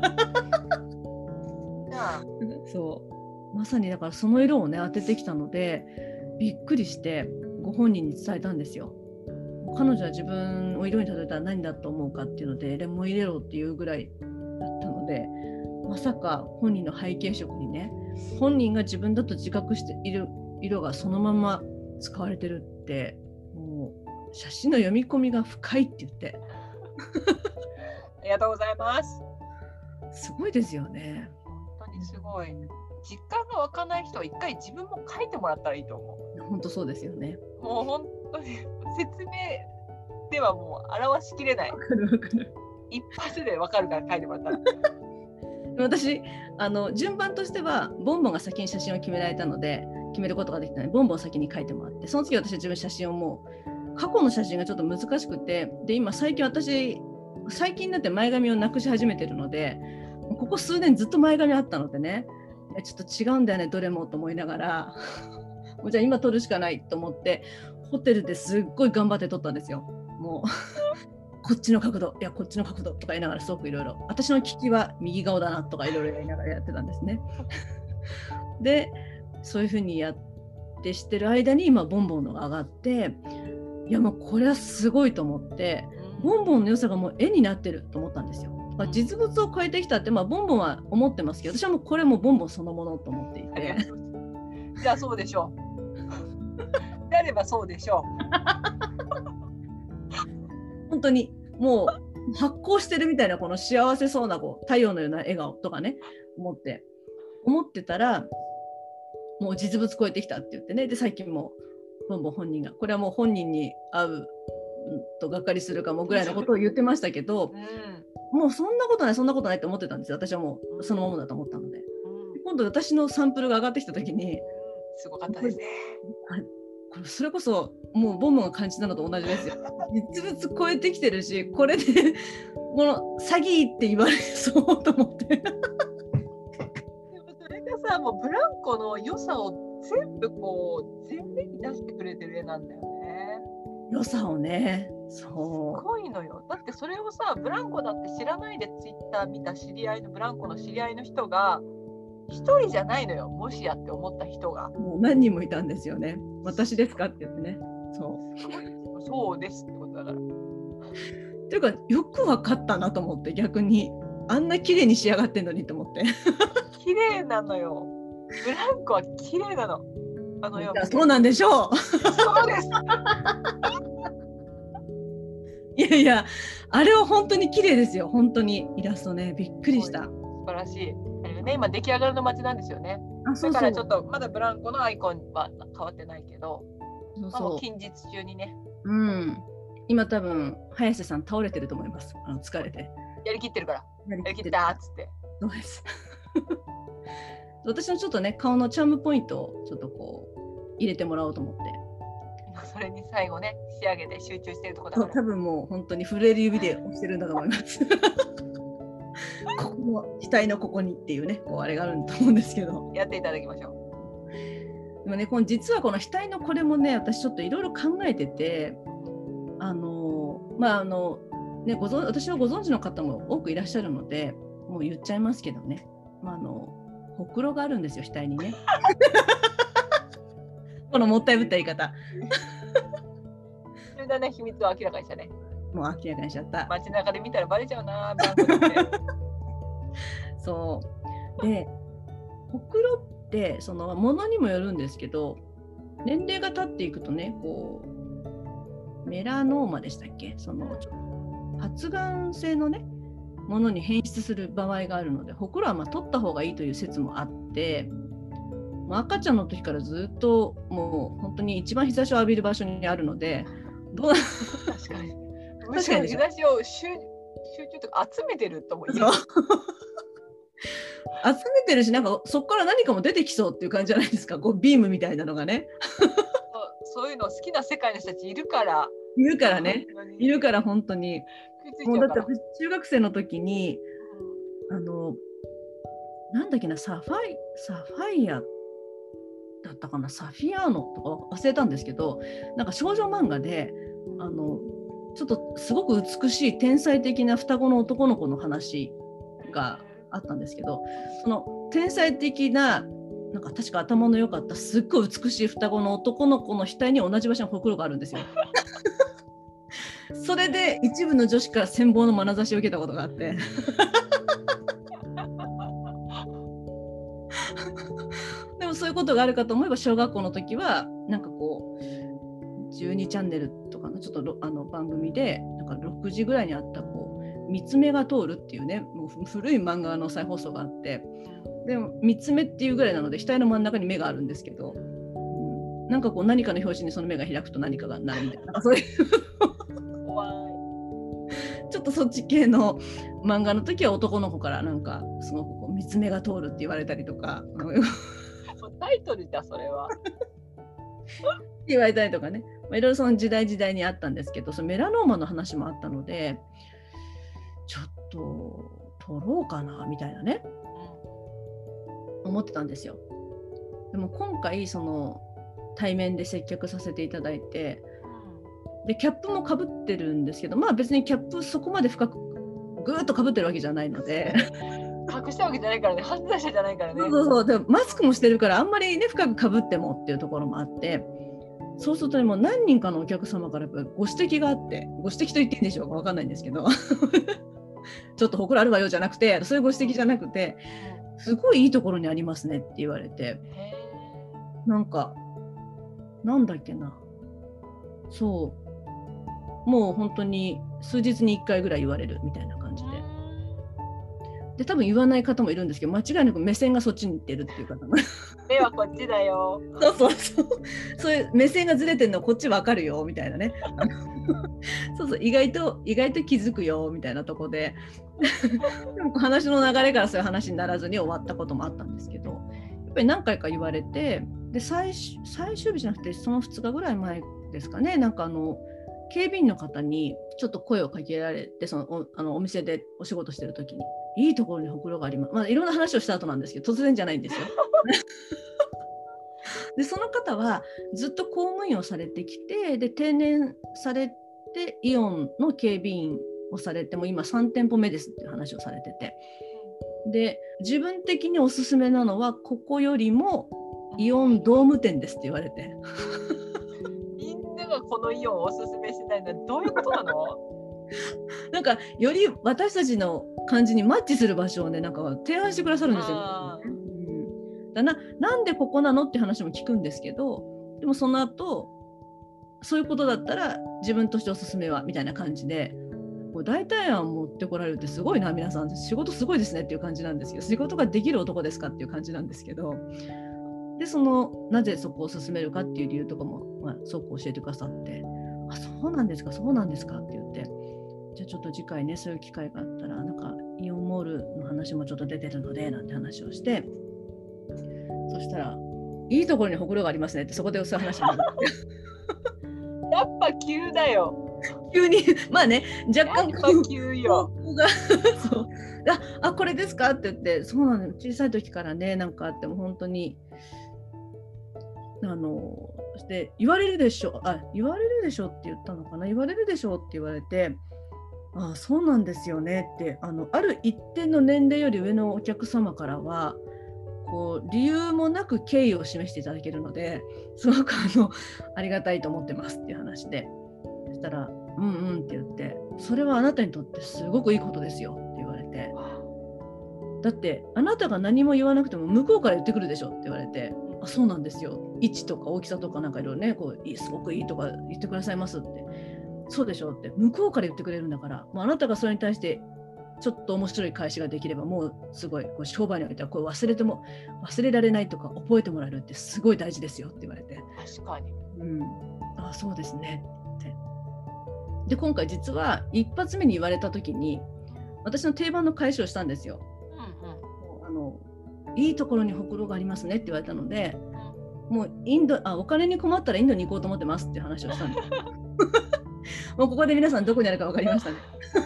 そうまさにだからその色をね当ててきたのでびっくりしてご本人に伝えたんですよ。彼女は自分を色に例えたら何だと思うかっていうのでレモンイエローっていうぐらいだったので、まさか本人の背景色にね本人が自分だと自覚している色がそのまま使われてるって、もう写真の読み込みが深いって言ってありがとうございます。 すごいですよね。 本当にすごい。実感が湧かない人は一回自分も書いてもらったらいいと思う。 本当そうですよね。 もう本当に説明ではもう表しきれない。 わかるわかる。 一発でわかるから書いてもらったら。 私あの順番としてはボンボンが先に写真を決められたので決めることができたのでボンボンを先に書いてもらって、その次私は自分写真をもう過去の写真がちょっと難しくて、で今最近私最近になって前髪をなくし始めてるので、ここ数年ずっと前髪あったのでね、ちょっと違うんだよねどれもと思いながらもうじゃあ今撮るしかないと思ってホテルですっごい頑張って撮ったんですよ。もうこっちの角度、いやこっちの角度とか言いながらすごくいろいろ、私の利きは右顔だなとかいろいろやりながらやってたんですね。でそういうふうにやってしてる間に今ボンボンのが上がって、いやもうこれはすごいと思って、ボンボンの良さがもう絵になってると思ったんですよ。実物を超えてきたって、まあ、ボンボンは思ってますけど、私はもうこれもボンボンそのものと思っていてじゃあそうでしょうであればそうでしょう本当にもう発光してるみたいなこの幸せそうなこう太陽のような笑顔とかね思って思ってたら、もう実物超えてきたって言ってね、で最近もボンボン本人がこれはもう本人に会うとがっかりするかもぐらいのことを言ってましたけど、うん、もうそんなことないそんなことないって思ってたんですよ。私はもうそのままだと思ったので、うん、今度私のサンプルが上がってきた時に、うん、 すごかったですね。 それこそもうボンボンが感じたのと同じですよ。実物超えてきてるし、これでこの詐欺って言われそうと思ってでもそれがさ、もうブランコの良さを全部こう前面に出してくれてる絵なんだよね。 良さをね、そうすごいのよ。だってそれをさ、ブランコだって知らないでツイッター見た知り合いのブランコの知り合いの人が一人じゃないのよ、もしやって思った人がもう何人もいたんですよね。私ですかって言ってね。 そうそうですってことだから。 というかよく分かったなと思って、逆にあんな綺麗に仕上がってんのにと思って綺麗なのよ、ブランコは綺麗なの。あのよ、 そうなんでしょうそうですいやいや、あれは本当に綺麗ですよ。本当にイラストね、びっくりした。 素晴らしい。あれね、今出来上がりの街なんですよね。あ、そうそう、だからちょっとまだブランコのアイコンは変わってないけど、そうそう、まあ、もう近日中にね。 うん。今多分早瀬さん倒れてると思います。あの疲れて。 やりきってるから。やりきったっつって。 そうです。私のちょっとね顔のチャームポイントをちょっとこう入れてもらおうと思って。 それに最後ね仕上げて集中してるところだから。 多分もう本当に震える指で押してるんだと思います。ここの額のここにっていうね、こうあれがあると思うんですけど。 やっていただきましょう。でもね、この実はこの額のこれもね、私ちょっといろいろ考えてて、あのまああのねご存私をご存知の方も多くいらっしゃるので、もう言っちゃいますけどね。まああのほくろがあるんですよ、額にね。このもったいぶった言い方。 それだね、秘密を明らかにしたね。 もう明らかにしちゃった。 街中で見たらバレちゃうな、ブランコって。 そうでほくろってそのものにもよるんですけど、年齢が経っていくとね、こうメラノーマでしたっけ、その発がん性のねものに変質する場合があるので、ほくろはまあ取った方がいいという説もあって、もう赤ちゃんの時からずっともう本当に一番日差しを浴びる場所にあるので、どう確かにむしろ日差しを集集中とか集めてるとも言える。 集めてるし、なんかそこから何かも出てきそうっていう感じじゃないですか、こうビームみたいなのがね。 そういうの好きな世界の人たちいるからいるからねいるから本当にもうだって私中学生の時に、うん、あのなんだっけな、サファイサファイアだったかな、サフィアーノとか忘れたんですけど、なんか少女漫画であのちょっとすごく美しい天才的な双子の男の子の話があったんですけど、その天才的ななんか確か頭の良かったすっごい美しい双子の男の子の額に同じ場所にほくろがあるんですよ。それで一部の女子から羨望の眼差しを受けたことがあってでもそういうことがあるかと思えば、小学校の時はなんかこうじゅうにチャンネルとかのちょっとあの番組でなんかろくじぐらいにあったこう三つ目が通るっていうね、もう古い漫画の再放送があって、でも三つ目っていうぐらいなので額の真ん中に目があるんですけど、うん、なんかこう何かの表紙にその目が開くと何かがなるみたいな、そういうちょっとそっち系の漫画の時は男の子からなんかすごくこう三つ目が通るって言われたりとかタイトルじゃそれは言われたりとかね、まあ、いろいろその時代時代にあったんですけど、そのメラノーマの話もあったので、ちょっと撮ろうかなみたいなね、うん、思ってたんですよ。でも今回その対面で接客させていただいて、でキャップもかぶってるんですけど、まあ別にキャップそこまで深くぐーっとかぶってるわけじゃないので隠したわけじゃないからね、犯罪者じゃないからね。 そうそうそう、でマスクもしてるからあんまりね深くかぶってもっていうところもあって、そうするとねもう何人かのお客様からやっぱご指摘があって、ご指摘と言っていいんでしょうか分かんないんですけどちょっとほくろあるわよじゃなくて、そういうご指摘じゃなくて、すごいいいところにありますねって言われて、なんかなんだっけな、そうもう本当に数日にいっかいぐらい言われるみたいな感じで、で多分言わない方もいるんですけど、間違いなく目線がそっちに行ってるっていう方も目はこっちだよそうそうそう、そういう目線がずれてるのこっち分かるよみたいなねそうそう、意外と意外と気づくよみたいなとこででも話の流れからそういう話にならずに終わったこともあったんですけど、やっぱり何回か言われて、で 最, 最終日じゃなくてそのふつかぐらい前ですかね、なんかあの警備員の方にちょっと声をかけられて、その お, あのお店でお仕事してる時に、いいところにほくろがあります、まあ、いろんな話をした後なんですけど突然じゃないんですよでその方はずっと公務員をされてきて、で定年されてイオンの警備員をされても今さん店舗目ですっていう話をされてて、で自分的におすすめなのはここよりもイオンドーム店ですって言われてみんながこのイオンをおすすめしないのはどういうことなのなんかより私たちの感じにマッチする場所をねなんか提案してくださるんですよ、うん、だな、なんでここなのって話も聞くんですけど、でもその後そういうことだったら自分としておすすめはみたいな感じで、こう大体案持ってこられるってすごいな、皆さん仕事すごいですねっていう感じなんですけど、仕事ができる男ですかっていう感じなんですけど、でそのなぜそこを進めるかっていう理由とかも、まあ、すごく教えてくださって、あ、そうなんですかそうなんですかって言って、じゃあちょっと次回ねそういう機会があったらなんかイオンモールの話もちょっと出てるのでなんて話をして、そしたらいいところにほくろがありますねって、そこでそういう話になるやっぱ急だよ急にまあね若干やっぱ急よそうああこれですかって言って、そうなの、小さい時からねなんかあっても本当にあので言われるでしょあ言われるでしょって言ったのかな、言われるでしょって言われて、あそうなんですよねって、あのある一定の年齢より上のお客様からはこう理由もなく敬意を示していただけるので、すごくあのありがたいと思ってますっていう話で、そしたらうんうんって言って、それはあなたにとってすごくいいことですよって言われて、 だってあなたが何も言わなくても向こうから言ってくるでしょって言われて、あ、そうなんですよ、位置とか大きさとかなんかいろいろね、こうすごくいいとか言ってくださいますって、そうでしょって向こうから言ってくれるんだから、もうあなたがそれに対してちょっと面白い返しができれば、もうすごいこう商売においてはこう忘れても忘れられないとか覚えてもらえるってすごい大事ですよって言われて、 確かに、 うん、あ、そうですねって。で今回実は一発目に言われた時に私の定番の返しをしたんですよ。うんうん、あのいいところにほくろがありますねって言われたので、もうインドあお金に困ったらインドに行こうと思ってますっていう話をしたんですもうここで皆さんどこにあるか分かりましたね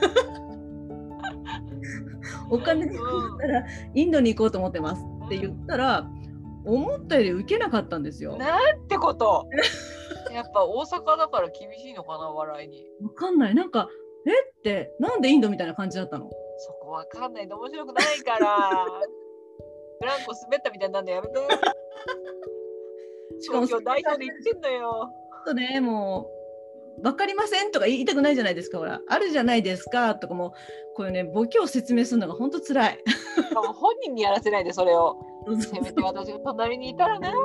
お金に困ったらインドに行こうと思ってますって言ったら、思ったより受けなかったんですよ。 なんてことやっぱ大阪だから厳しいのかな、笑いに。 分かんない、なんかえってなんでインドみたいな感じだったの。 そこわかんないと面白くないからブランコ滑ったみたいになるのやめてしかも今日代表で言ってんのよ。 とね、もう分かりませんとか言いたくないじゃないですか。ほらあるじゃないですかとか、もこういうねボケを説明するのが本当つらいもう本人にやらせないでそれをせめて私が隣にいたらね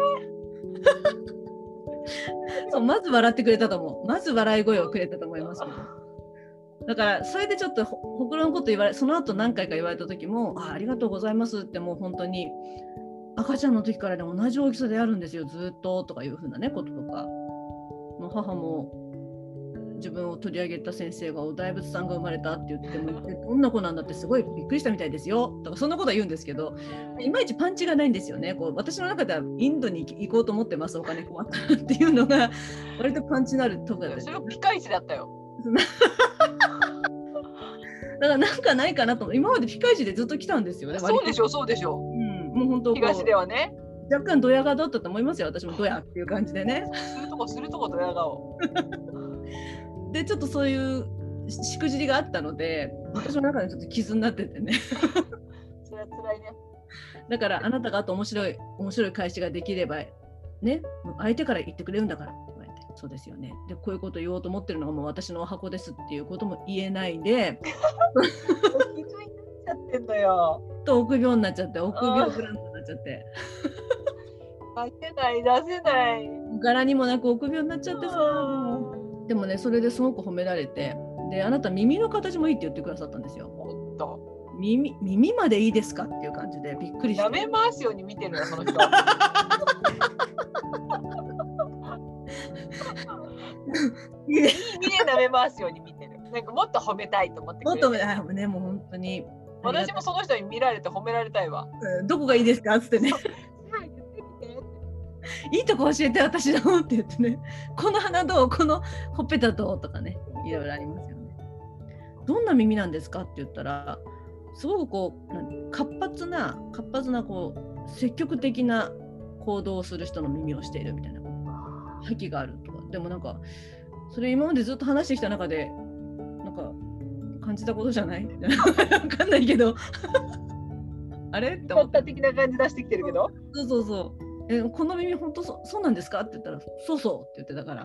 そうまず笑ってくれたと思う。まず笑い声をくれたと思いますけど、だからそれでちょっとほほくろのこと言われ、その後何回か言われた時も あ, ありがとうございますって、もう本当に赤ちゃんの時からね同じ大きさであるんですよずっととかいう風なねこととか、もう母も自分を取り上げた先生がお大仏さんが生まれたって言ってもどんな子なんだってすごいびっくりしたみたいですよとか、そんなことは言うんですけど、いまいちパンチがないんですよね。こう私の中ではインドに行こうと思ってます、お金困ったらっていうのが割とパンチのあるところだった。 それはピカイチだったよだからなんかないかなと、今までピカイチでずっと来たんですよね。 そうでしょうそうでしょう、 うん、もう本当東ではね若干ドヤ顔だったと思いますよ。私もドヤっていう感じでねするとこするとこドヤ顔でちょっとそういうしくじりがあったので、私の中でちょっと傷になっててねそれは辛いね。 だからあなたがあと面白い面白い返しができればね、相手から言ってくれるんだからって言われて、そうですよね、でこういうこと言おうと思ってるのがもう私のお箱ですっていうことも言えないで気づいちゃってんのよと臆病になっちゃって、臆病ブランコになっちゃって出せない出せない、 柄にもなく臆病になっちゃってさ、でもねそれですごく褒められて、であなた耳の形もいいって言ってくださったんですよ。 おっと耳, 耳までいいですかっていう感じでびっくりして、 舐め回すように見てるよその人いい意味で舐め回すように見てる。なんかもっと褒めたいと思ってくれて、 もっとあねもう本当に私もその人に見られて褒められたいわ。 うん、どこがいいですかっつってねいいとこ教えて私のって言ってね、この鼻どう、このほっぺたどうとかね、いろいろありますよね。どんな耳なんですかって言ったら、すごくこう活発な活発なこう積極的な行動をする人の耳をしているみたいな、覇気があるとか。でもなんかそれ今までずっと話してきた中でなんか感じたことじゃないわかんないけどあれって思った的な感じ出してきてるけど、 そうそうそう、えこの耳本当 そ, そうなんですかって言ったらそうそうって言ってたから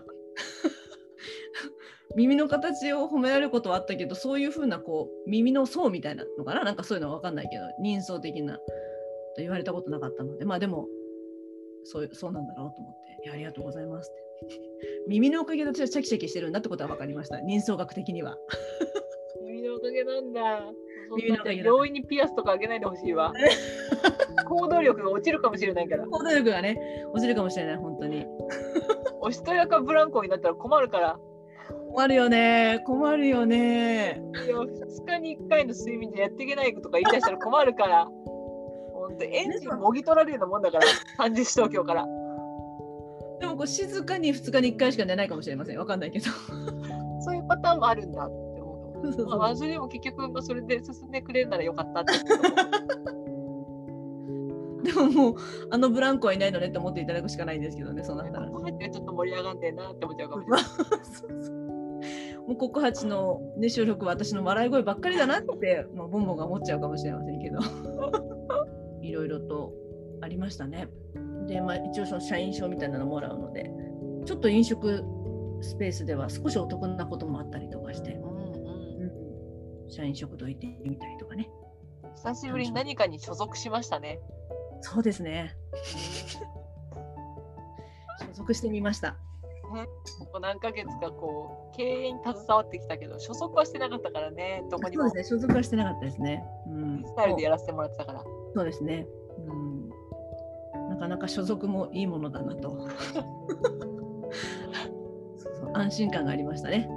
耳の形を褒められることはあったけど、そういう風なこう耳の層みたいなのかな、なんかそういうのは分かんないけど人相的なと言われたことなかったので、まあでもそうそうなんだろうと思って、いやありがとうございますって耳のおかげで私はシャキシャキしてるんだってことは分かりました、人相学的には耳のおかげなんだ。 耳のおかげだ。 容易にピアスとかあげないでほしいわ行動力が落ちるかもしれないから。 行動力がね落ちるかもしれない、本当におしとやかブランコになったら困るから。 困るよね困るよね。 いやふつかにいっかいの睡眠でやっていけないとか言い出したら困るから本当エンジンもぎ取られるようなもんだからさんじゅう東京から。 でもこう静かにふつかにいっかいしか寝ないかもしれません、わかんないけどそういうパターンもあるんだって思う。そうそうそう、まあ、それでも結局それで進んでくれるならよかったってでももうあのブランコはいないのねって思っていただくしかないんですけどね、そうなったら。 こうやってちょっと盛り上がんねえなって思っちゃうかもしれないもうココハチの、ね、収録は私の笑い声ばっかりだなって、まあ、ボンボンが思っちゃうかもしれませんけどいろいろとありましたね。で、まあ、一応その社員証みたいなのもらうので、ちょっと飲食スペースでは少しお得なこともあったりとかして、うんうん、社員食堂行ってみたりとかね。 久しぶりに何かに所属しましたね。 そうですね。所属してみました。 ね、ここ何ヶ月かこう経営に携わってきたけど所属はしてなかったからね。どこにも。 そうですね。所属はしてなかったですね。うん、 スタイルでやらせてもらってたから。 そうですね。うん、なかなか所属もいいものだなとそうそう、安心感がありましたね。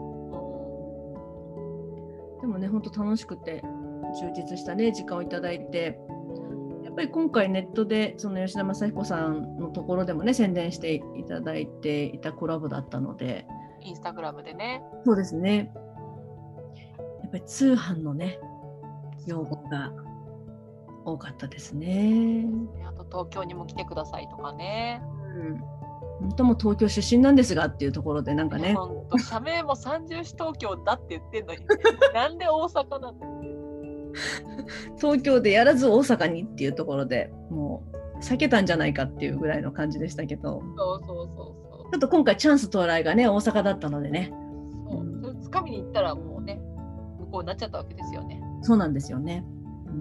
でもね、本当楽しくて充実したね時間をいただいて、やっぱり今回ネットでその吉田正彦さんのところでもね宣伝していただいていたコラボだったので、 インスタグラムでね。 そうですね。やっぱり通販のね要望が多かったですね。 あと東京にも来てくださいとかね。 うん。本当も東京出身なんですがっていうところでなんかね。 本当社名も三重市東京だって言ってんのになんで大阪なんだ東京でやらず大阪にっていうところでもう避けたんじゃないかっていうぐらいの感じでしたけど、 そうそうそうそう、 ちょっと今回チャンス到来がね大阪だったのでね、 そう、それ掴みに行ったらもうね向こうになっちゃったわけですよね。 そうなんですよね。うん、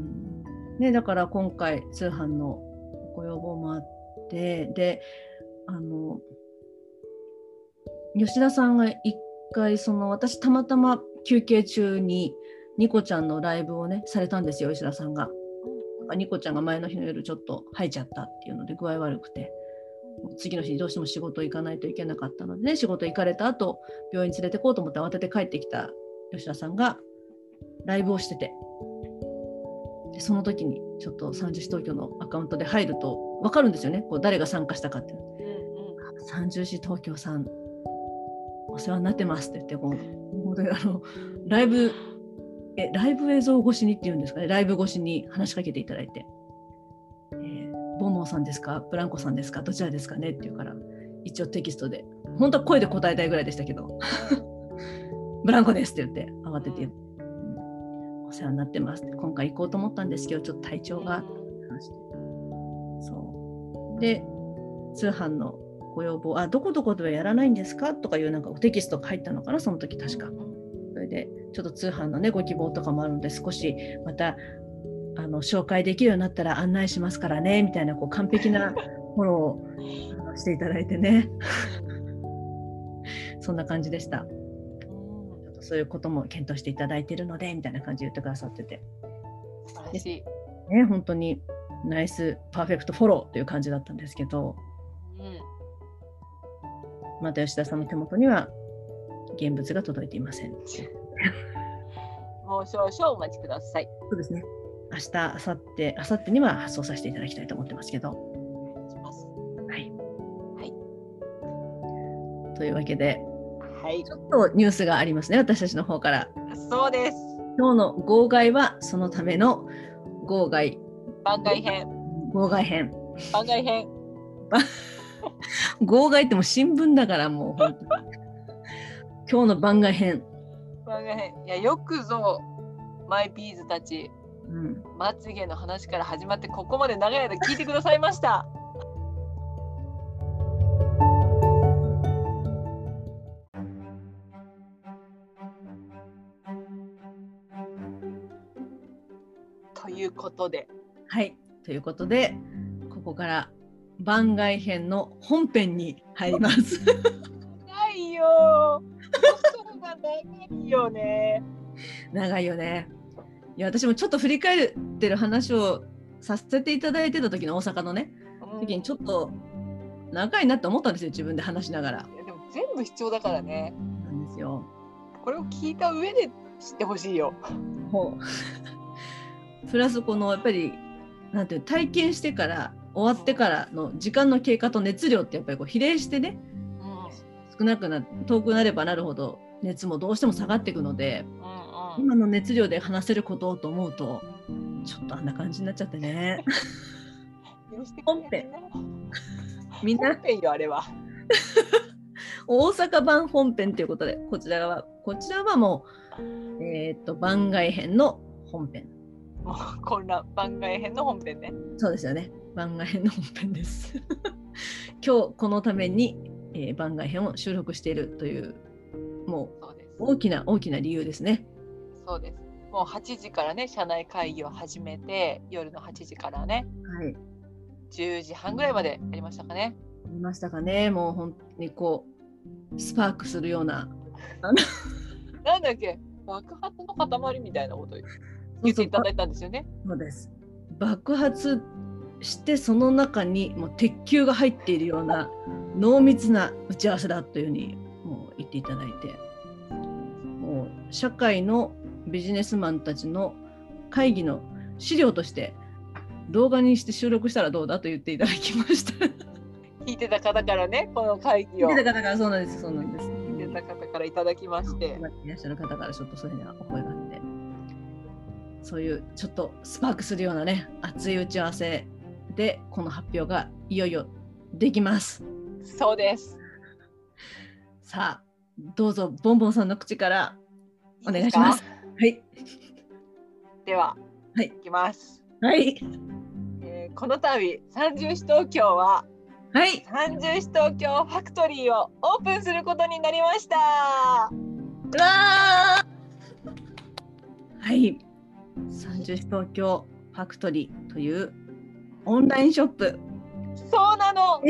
ねだから今回通販のご要望もあって、であの吉田さんが一回その私たまたま休憩中にニコちゃんのライブをねされたんですよ。吉田さんが、うん、ニコちゃんが前の日の夜ちょっと吐いちゃったっていうので具合悪くて、次の日どうしても仕事行かないといけなかったので、ね、仕事行かれた後病院に連れてこうと思って慌てて帰ってきた吉田さんがライブをしてて、でその時にちょっと三十市東京のアカウントで入ると分かるんですよね、こう誰が参加したかって。うんうん、三十市東京さんお世話になってますって言って、こう本当にあのライブえライブ映像越しにっていうんですかね、ライブ越しに話しかけていただいて、えー、ボンボンさんですかブランコさんですかどちらですかねって言うから、一応テキストで本当は声で答えたいぐらいでしたけどブランコですって言って慌てて言って、うん、お世話になってますって今回行こうと思ったんですけどちょっと体調が話して、そうで通販のご要望、あどこどこではやらないんですかとかいうなんかテキストが入ったのかな、その時確か。それでちょっと通販のねご希望とかもあるので、少しまたあの紹介できるようになったら案内しますからねみたいなこう完璧なフォローをしていただいてねそんな感じでした。ちょっとそういうことも検討していただいているのでみたいな感じで言ってくださってて、 素晴らしいね、本当にナイスパーフェクトフォローという感じだったんですけど、うん、また吉田さんの手元には現物が届いていませんもう少々お待ちください。 そうですね、明日、明後日、明後日には発送させていただきたいと思ってますけど。 お願いします。 はい。 はい。 というわけで、 はい、 ちょっとニュースがありますね、私たちの方から。 そうです。 今日の号外はそのための号外。 番外編。 号外編。 番外編。 号外ってもう新聞だからもう本当に今日の番外編。 番外編。いやよくぞマイビーズたち、うん、まつげの話から始まってここまで長い間聞いてくださいました。ということで。 はい。ということでここから番外編の本編に入ります。 長いよ。そうが長いよね。 長いよね。いや私もちょっと振り返ってる話をさせていただいてた時の大阪のね、うん、時にちょっと長いなって思ったんですよ、自分で話しながら。 いやでも全部必要だからね。 なんですよ。 これを聞いた上で知ってほしいよ。 ほう。プラスこのやっぱりなんていう体験してから終わってからの時間の経過と熱量ってやっぱりこう比例してね、うん、少なくな遠くなればなるほど熱もどうしても下がっていくので、うんうん、今の熱量で話せることをと思うとちょっとあんな感じになっちゃってね。本編みんな本編よあれは大阪版本編ということで、こちらはこちらはもう、えー、っと番外編の本編。 もう混乱、番外編の本編ね。 そうですよね、番外編の本編です今日このために、えー、番外編を収録しているというもう大きな大きな理由ですね。 そうです。 もうはちじからね社内会議を始めて、夜のはちじからね、 はい、 じゅうじはんぐらいまでやりましたかね。 やりましたかね。もう本当にこうスパークするようななんだっけ、爆発の塊みたいなこと言っていただいたんですよね。 そうです。爆発してその中にもう鉄球が入っているような濃密な打ち合わせだというふうにもう言っていただいて、もう社会のビジネスマンたちの会議の資料として動画にして収録したらどうだと言っていただきました。 聞いてた方からね、この会議を聞いてた方から、そうなんです、そうなんです。 聞いてた方からいただきまして、 いらっしゃる方からちょっとそういうふうなお声があって、そういうちょっとスパークするようなね熱い打ち合わせでこの発表がいよいよできます。 そうです。 さあどうぞボンボンさんの口からお願いします。はい。 では、 はい、 いきます。 はい。 えー、この度三十市東京は、 はい、 三十市東京ファクトリーをオープンすることになりました。わー。はい。三十市東京ファクトリーというオンラインショップ。 そうなの。こ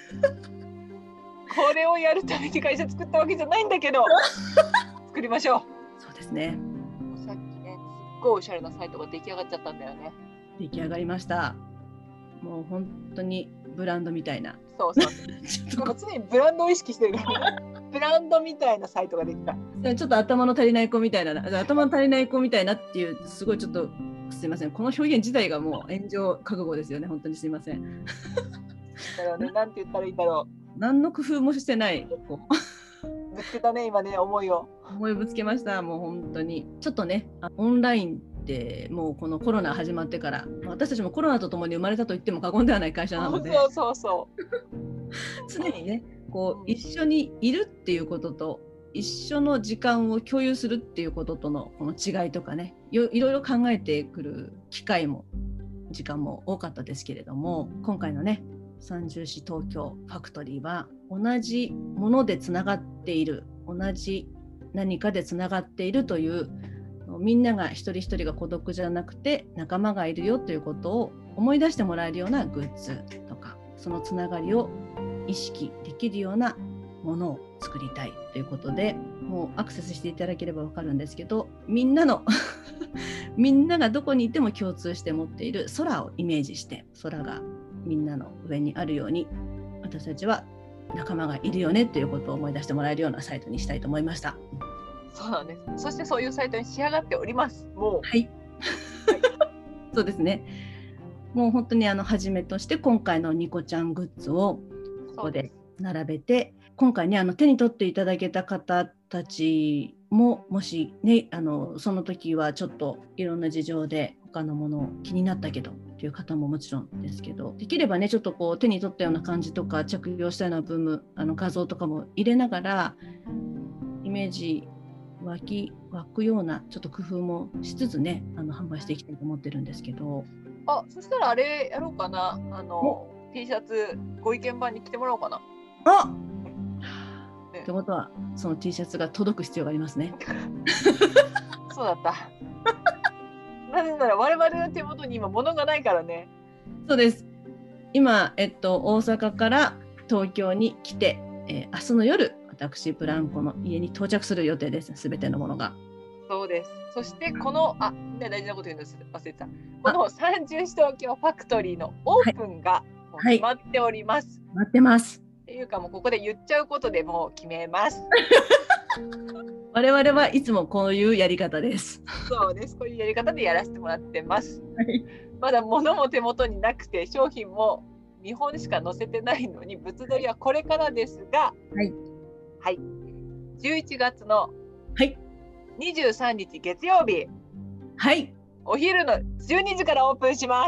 れをやるために会社作ったわけじゃないんだけど作りましょう。 そうですね。 さっきね、すっごいおしゃれなサイトが出来上がっちゃったんだよね。 出来上がりました。もう本当にブランドみたいな。 そうそうちょっと常にブランドを意識してるからブランドみたいなサイトができた。 ちょっと頭の足りない子みたいな、頭の足りない子みたいなっていう、すごいちょっとすいません、この表現自体がもう炎上覚悟ですよね。本当にすいません。 だからね、なんて言ったらいいんだろう。何の工夫もしてない子。 ぶつけたね、今ね、思いを。 思いぶつけました。もう本当に。ちょっとね、オンラインってもうこのコロナ始まってから、私たちもコロナとともに生まれたと言っても過言ではない会社なので、 そうそうそう常にね、こう一緒にいるっていうことと、一緒の時間を共有するっていうこととのこの違いとかね、いろいろ考えてくる機会も時間も多かったですけれども、今回のね三十市東京ファクトリーは同じものでつながっている、同じ何かでつながっているという、みんなが一人一人が孤独じゃなくて仲間がいるよということを思い出してもらえるようなグッズとか、そのつながりを意識できるようなものを作りたいということで、もうアクセスしていただければ分かるんですけど、みんなのみんながどこにいても共通して持っている空をイメージして、空がみんなの上にあるように、私たちは仲間がいるよねということを思い出してもらえるようなサイトにしたいと思いました。 そうなんです。そしてそういうサイトに仕上がっております。もうはい、そうですね。もう本当にあの初めとして今回のニコちゃんグッズをここで並べて、今回ねあの手に取っていただけた方たちも、もしねあのその時はちょっといろんな事情で他のもの気になったけどという方ももちろんですけど、できればねちょっとこう手に取ったような感じとか着用したような部分、あの画像とかも入れながらイメージ湧き湧くようなちょっと工夫もしつつね、あの販売していきたいと思ってるんですけど。 あ、そしたらあれやろうかな、あの T シャツご意見番に着てもらおうかな。 あっ、ってことはその T シャツが届く必要がありますね。 そうだった。なぜなら我々の手元に今物がないからね。 そうです。今、えっと、大阪から東京に来て、えー、明日の夜私ブランコの家に到着する予定です。すべてのものが。 そうです。そしてこのあ大事なこと言うの忘れてた。この三十市東京ファクトリーのオープンがもう決まっております。 はいはい、待ってます。 っていうかもうここで言っちゃうことでもう決めます。 我々はいつもこういうやり方です。 そうです。こういうやり方でやらせてもらってます。 はい、 まだ物も手元になくて商品も見本しか載せてないのに物撮りはこれからですが、 はい、 はい、じゅういちがつのにじゅうさんにち月曜日、 はい、 お昼のじゅうにじからオープンします。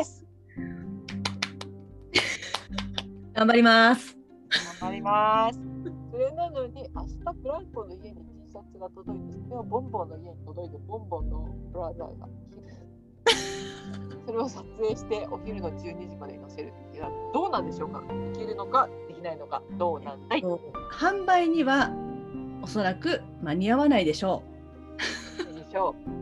頑張ります。 頑張ります。それなのに明日ブランコの家に T シャツが届いて、それをボンボンの家に届いて、ボンボンのブラザーがそれを撮影してお昼のじゅうにじまでに載せるっていうのはどうなんでしょうか。できるのかできないのか、どうなんだい。 販売にはおそらく間に合わないでしょう。 でしょう。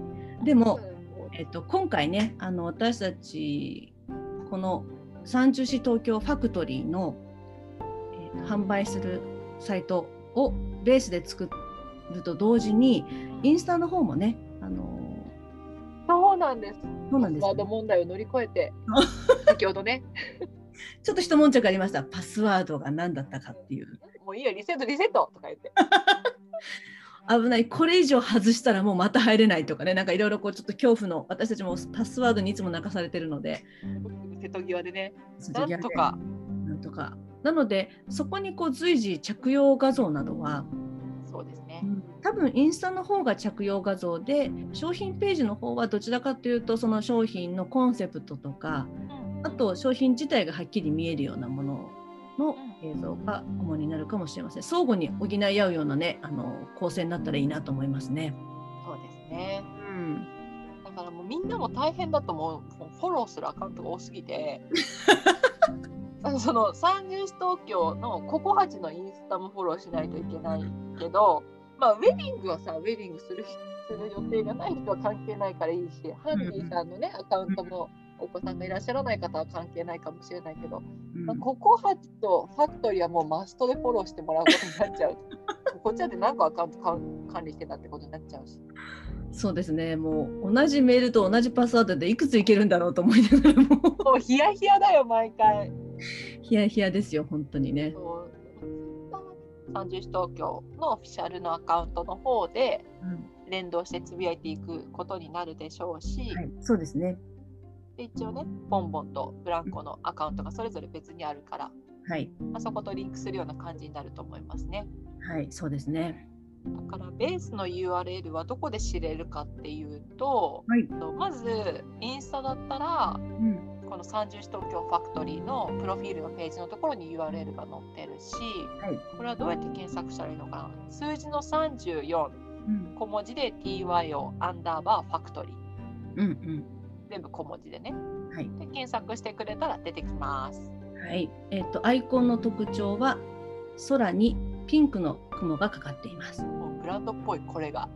でも、えっと、今回ねあの私たちこの三十市東京ファクトリーの、えー、販売するサイトをベースで作ると同時にインスタの方もね、あのー、そうなんです。 そうなんです、ね、 パスワード問題を乗り越えて先ほどねちょっと一悶着ありました。パスワードが何だったかっていう。 もういいよリセットリセットとか言って危ない、これ以上外したらもうまた入れないとかね、なんかいろいろこうちょっと恐怖の、私たちもパスワードにいつも泣かされてるので、 瀬戸際でね、なんとかなんとかなのでそこにこう随時着用画像などはそうですね、 うん、多分インスタの方が着用画像で商品ページの方はどちらかというとその商品のコンセプトとか、うん、あと商品自体がはっきり見えるようなものの映像が主になるかもしれません。相互に補い合うようなね、あの構成になったらいいなと思いますね。 そうですね、 うん、 だからもうみんなも大変だと思う。フォローするアカウントが多すぎてその三十市東京のココハチのインスタもフォローしないといけないけど、まあ、ウェディングはさウェディングするする予定がない人は関係ないからいいし、ハンディさんのねアカウントもお子さんがいらっしゃらない方は関係ないかもしれないけど、まあ、ココハチとファクトリーはもうマストでフォローしてもらうことになっちゃうこっちだって何個アカウント管理してたってことになっちゃうし。 そうですね、もう同じメールと同じパスワードでいくついけるんだろうと思いながらももうヒヤヒヤだよ毎回。 ヒヤヒヤですよ本当にね。 三十市東京のオフィシャルのアカウントの方で連動してつぶやいていくことになるでしょうし、 はい、そうですね。 で一応ねボンボンとブランコのアカウントがそれぞれ別にあるから、 はい、 まあ、そことリンクするような感じになると思いますね。 はい、そうですね。 だからベースの ユーアールエル はどこで知れるかっていうと、 はい、 まずインスタだったら、うん、この三十市東京ファクトリーのプロフィールのページのところに ユーアールエル が載ってるし、はい、これはどうやって検索したらいいのかな。数字のさんじゅうよん、うん、小文字で ティーワイオー アンダーバーファクトリー、うんうん、全部小文字でね、はい、で検索してくれたら出てきます。 はい、えーと、アイコンの特徴は空にピンクの雲がかかっています。 もうブランドっぽいこれが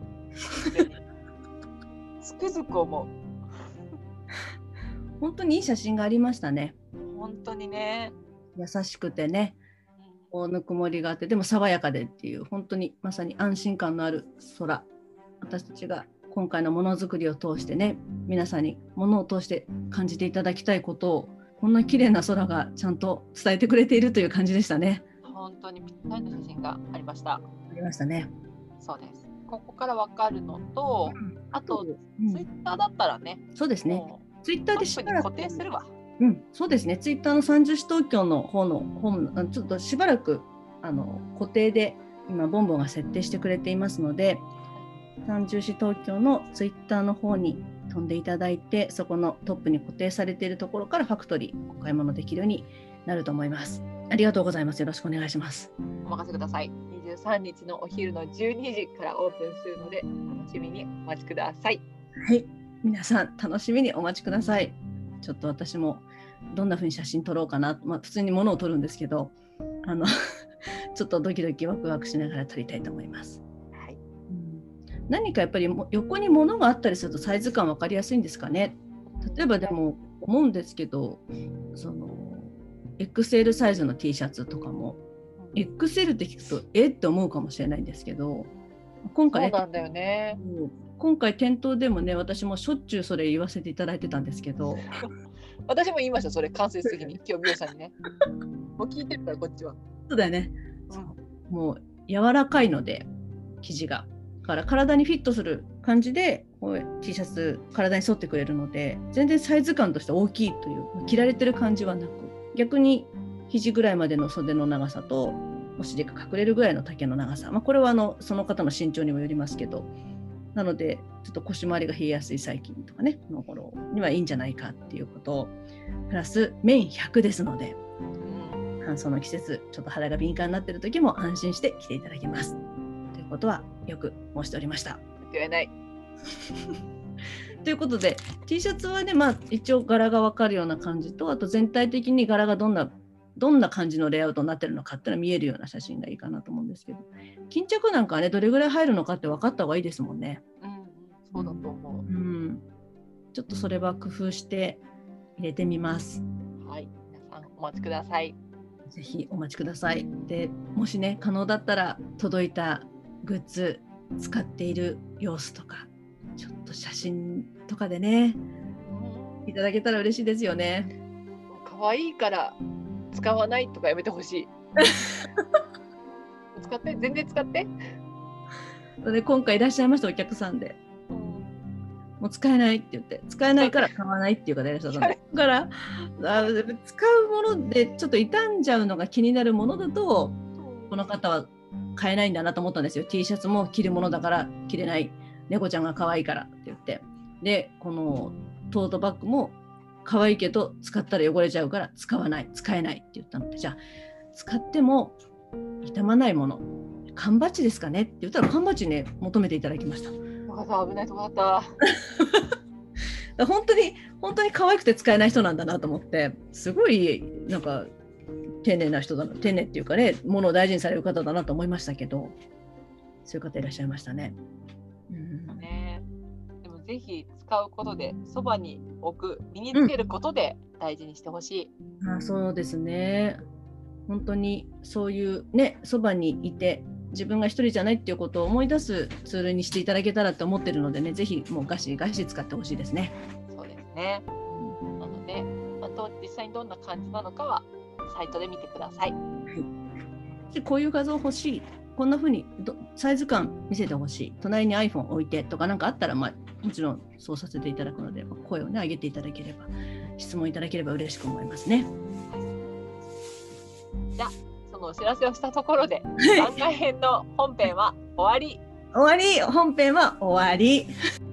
つくづく思う本当にいい写真がありましたね。 本当にね、 優しくてね、こうぬくもりがあってでも爽やかでっていう本当にまさに安心感のある空、私たちが今回のものづくりを通してね、皆さんにものを通して感じていただきたいことをこんな綺麗な空がちゃんと伝えてくれているという感じでしたね。 本当にぴったりの写真がありました。ありましたね。 そうです。ここから分かるのと、うん、あと、うん、ツイッターだったらね、 そうですね。ツイッターでしばらく固定するわ。 うん、そうですね。ツイッターの三十市東京の方の本、ちょっとしばらくあの固定で今ボンボンが設定してくれていますので、三十市東京のツイッターの方に飛んでいただいて、そこのトップに固定されているところからファクトリーお買い物できるようになると思います。ありがとうございます。よろしくお願いします。 お任せください。にじゅうさんにちのお昼のじゅうにじからオープンするので楽しみにお待ちください。 はい、皆さん楽しみにお待ちください。ちょっと私もどんな風に写真撮ろうかな、まあ、普通に物を撮るんですけど、あのちょっとドキドキワクワクしながら撮りたいと思います。はい、うん、何かやっぱり横に物があったりするとサイズ感分かりやすいんですかね。例えばでも思うんですけど、その エックスエル サイズの T シャツとかも エックスエル って聞くとえって思うかもしれないんですけど、今回そうなんだよね。 今回店頭でもね、私もしょっちゅうそれ言わせていただいてたんですけど私も言いました、それ間接的に今日美容さんにねもう聞いてるからこっちは。 そうだよね、うん、もう柔らかいので生地がから体にフィットする感じでこう T シャツ体に沿ってくれるので、全然サイズ感として大きいという着られてる感じはなく、逆に肘ぐらいまでの袖の長さとお尻が隠れるぐらいの丈の長さ、まあ、これはあのその方の身長にもよりますけど、なのでちょっと腰回りが冷えやすい最近とかねの頃にはいいんじゃないかっていうことプラス面ひゃくですので、うん、乾燥の季節ちょっと肌が敏感になっている時も安心して着ていただけますということはよく申しておりました。 言えないということで T シャツはね、まあ、一応柄が分かるような感じと、あと全体的に柄がどんなどんな感じのレイアウトになってるのかっていうのが見えるような写真がいいかなと思うんですけど、巾着なんかはねどれぐらい入るのかって分かった方がいいですもんね。 うん、 そうだと思う、うん、ちょっとそれは工夫して入れてみます。 はい、皆さんお待ちください。 ぜひお待ちください。で、もしね可能だったら届いたグッズ使っている様子とかちょっと写真とかでね、うん、いただけたら嬉しいですよね。 可愛いから使わないとかやめてほしい。使って全然使って。 で今回いらっしゃいましたお客さんで、うん、もう使えないって言って使えないから買わないっていう方いらっしゃったんでだからあ使うものでちょっと傷んじゃうのが気になるものだとこの方は買えないんだなと思ったんですよ。 T シャツも着るものだから着れない、猫ちゃんが可愛いからって言って、でこのトートバッグも可愛いけど使ったら汚れちゃうから使わない、使えないって言ったので、じゃあ使っても傷まないもの、缶バッジですかねって言ったら缶バッジね求めていただきました。 危ないとこだった本当に本当に可愛くて使えない人なんだなと思って、すごいなんか丁寧な人だな、丁寧っていうかね、物を大事にされる方だなと思いましたけど、そういう方いらっしゃいましたね。 うん、ね、でもぜひ使うことでそばに置く、身につけることで大事にしてほしい、 うん、あ、そうですね。本当にそういうね、そばにいて自分が一人じゃないっていうことを思い出すツールにしていただけたらと思ってるのでね、ぜひもうガシガシ使ってほしいですね。 そうですね。なので、あと実際にどんな感じなのかはサイトで見てください。はい、 でこういう画像欲しい、こんな風にサイズ感見せてほしい、隣に iPhone 置いてとかなんかあったら、まあ、もちろんそうさせていただくので、声をね上げていただければ、質問いただければ嬉しく思いますね。 じゃあそのお知らせをしたところで番外編の本編は終わり。 終わり、本編は終わり。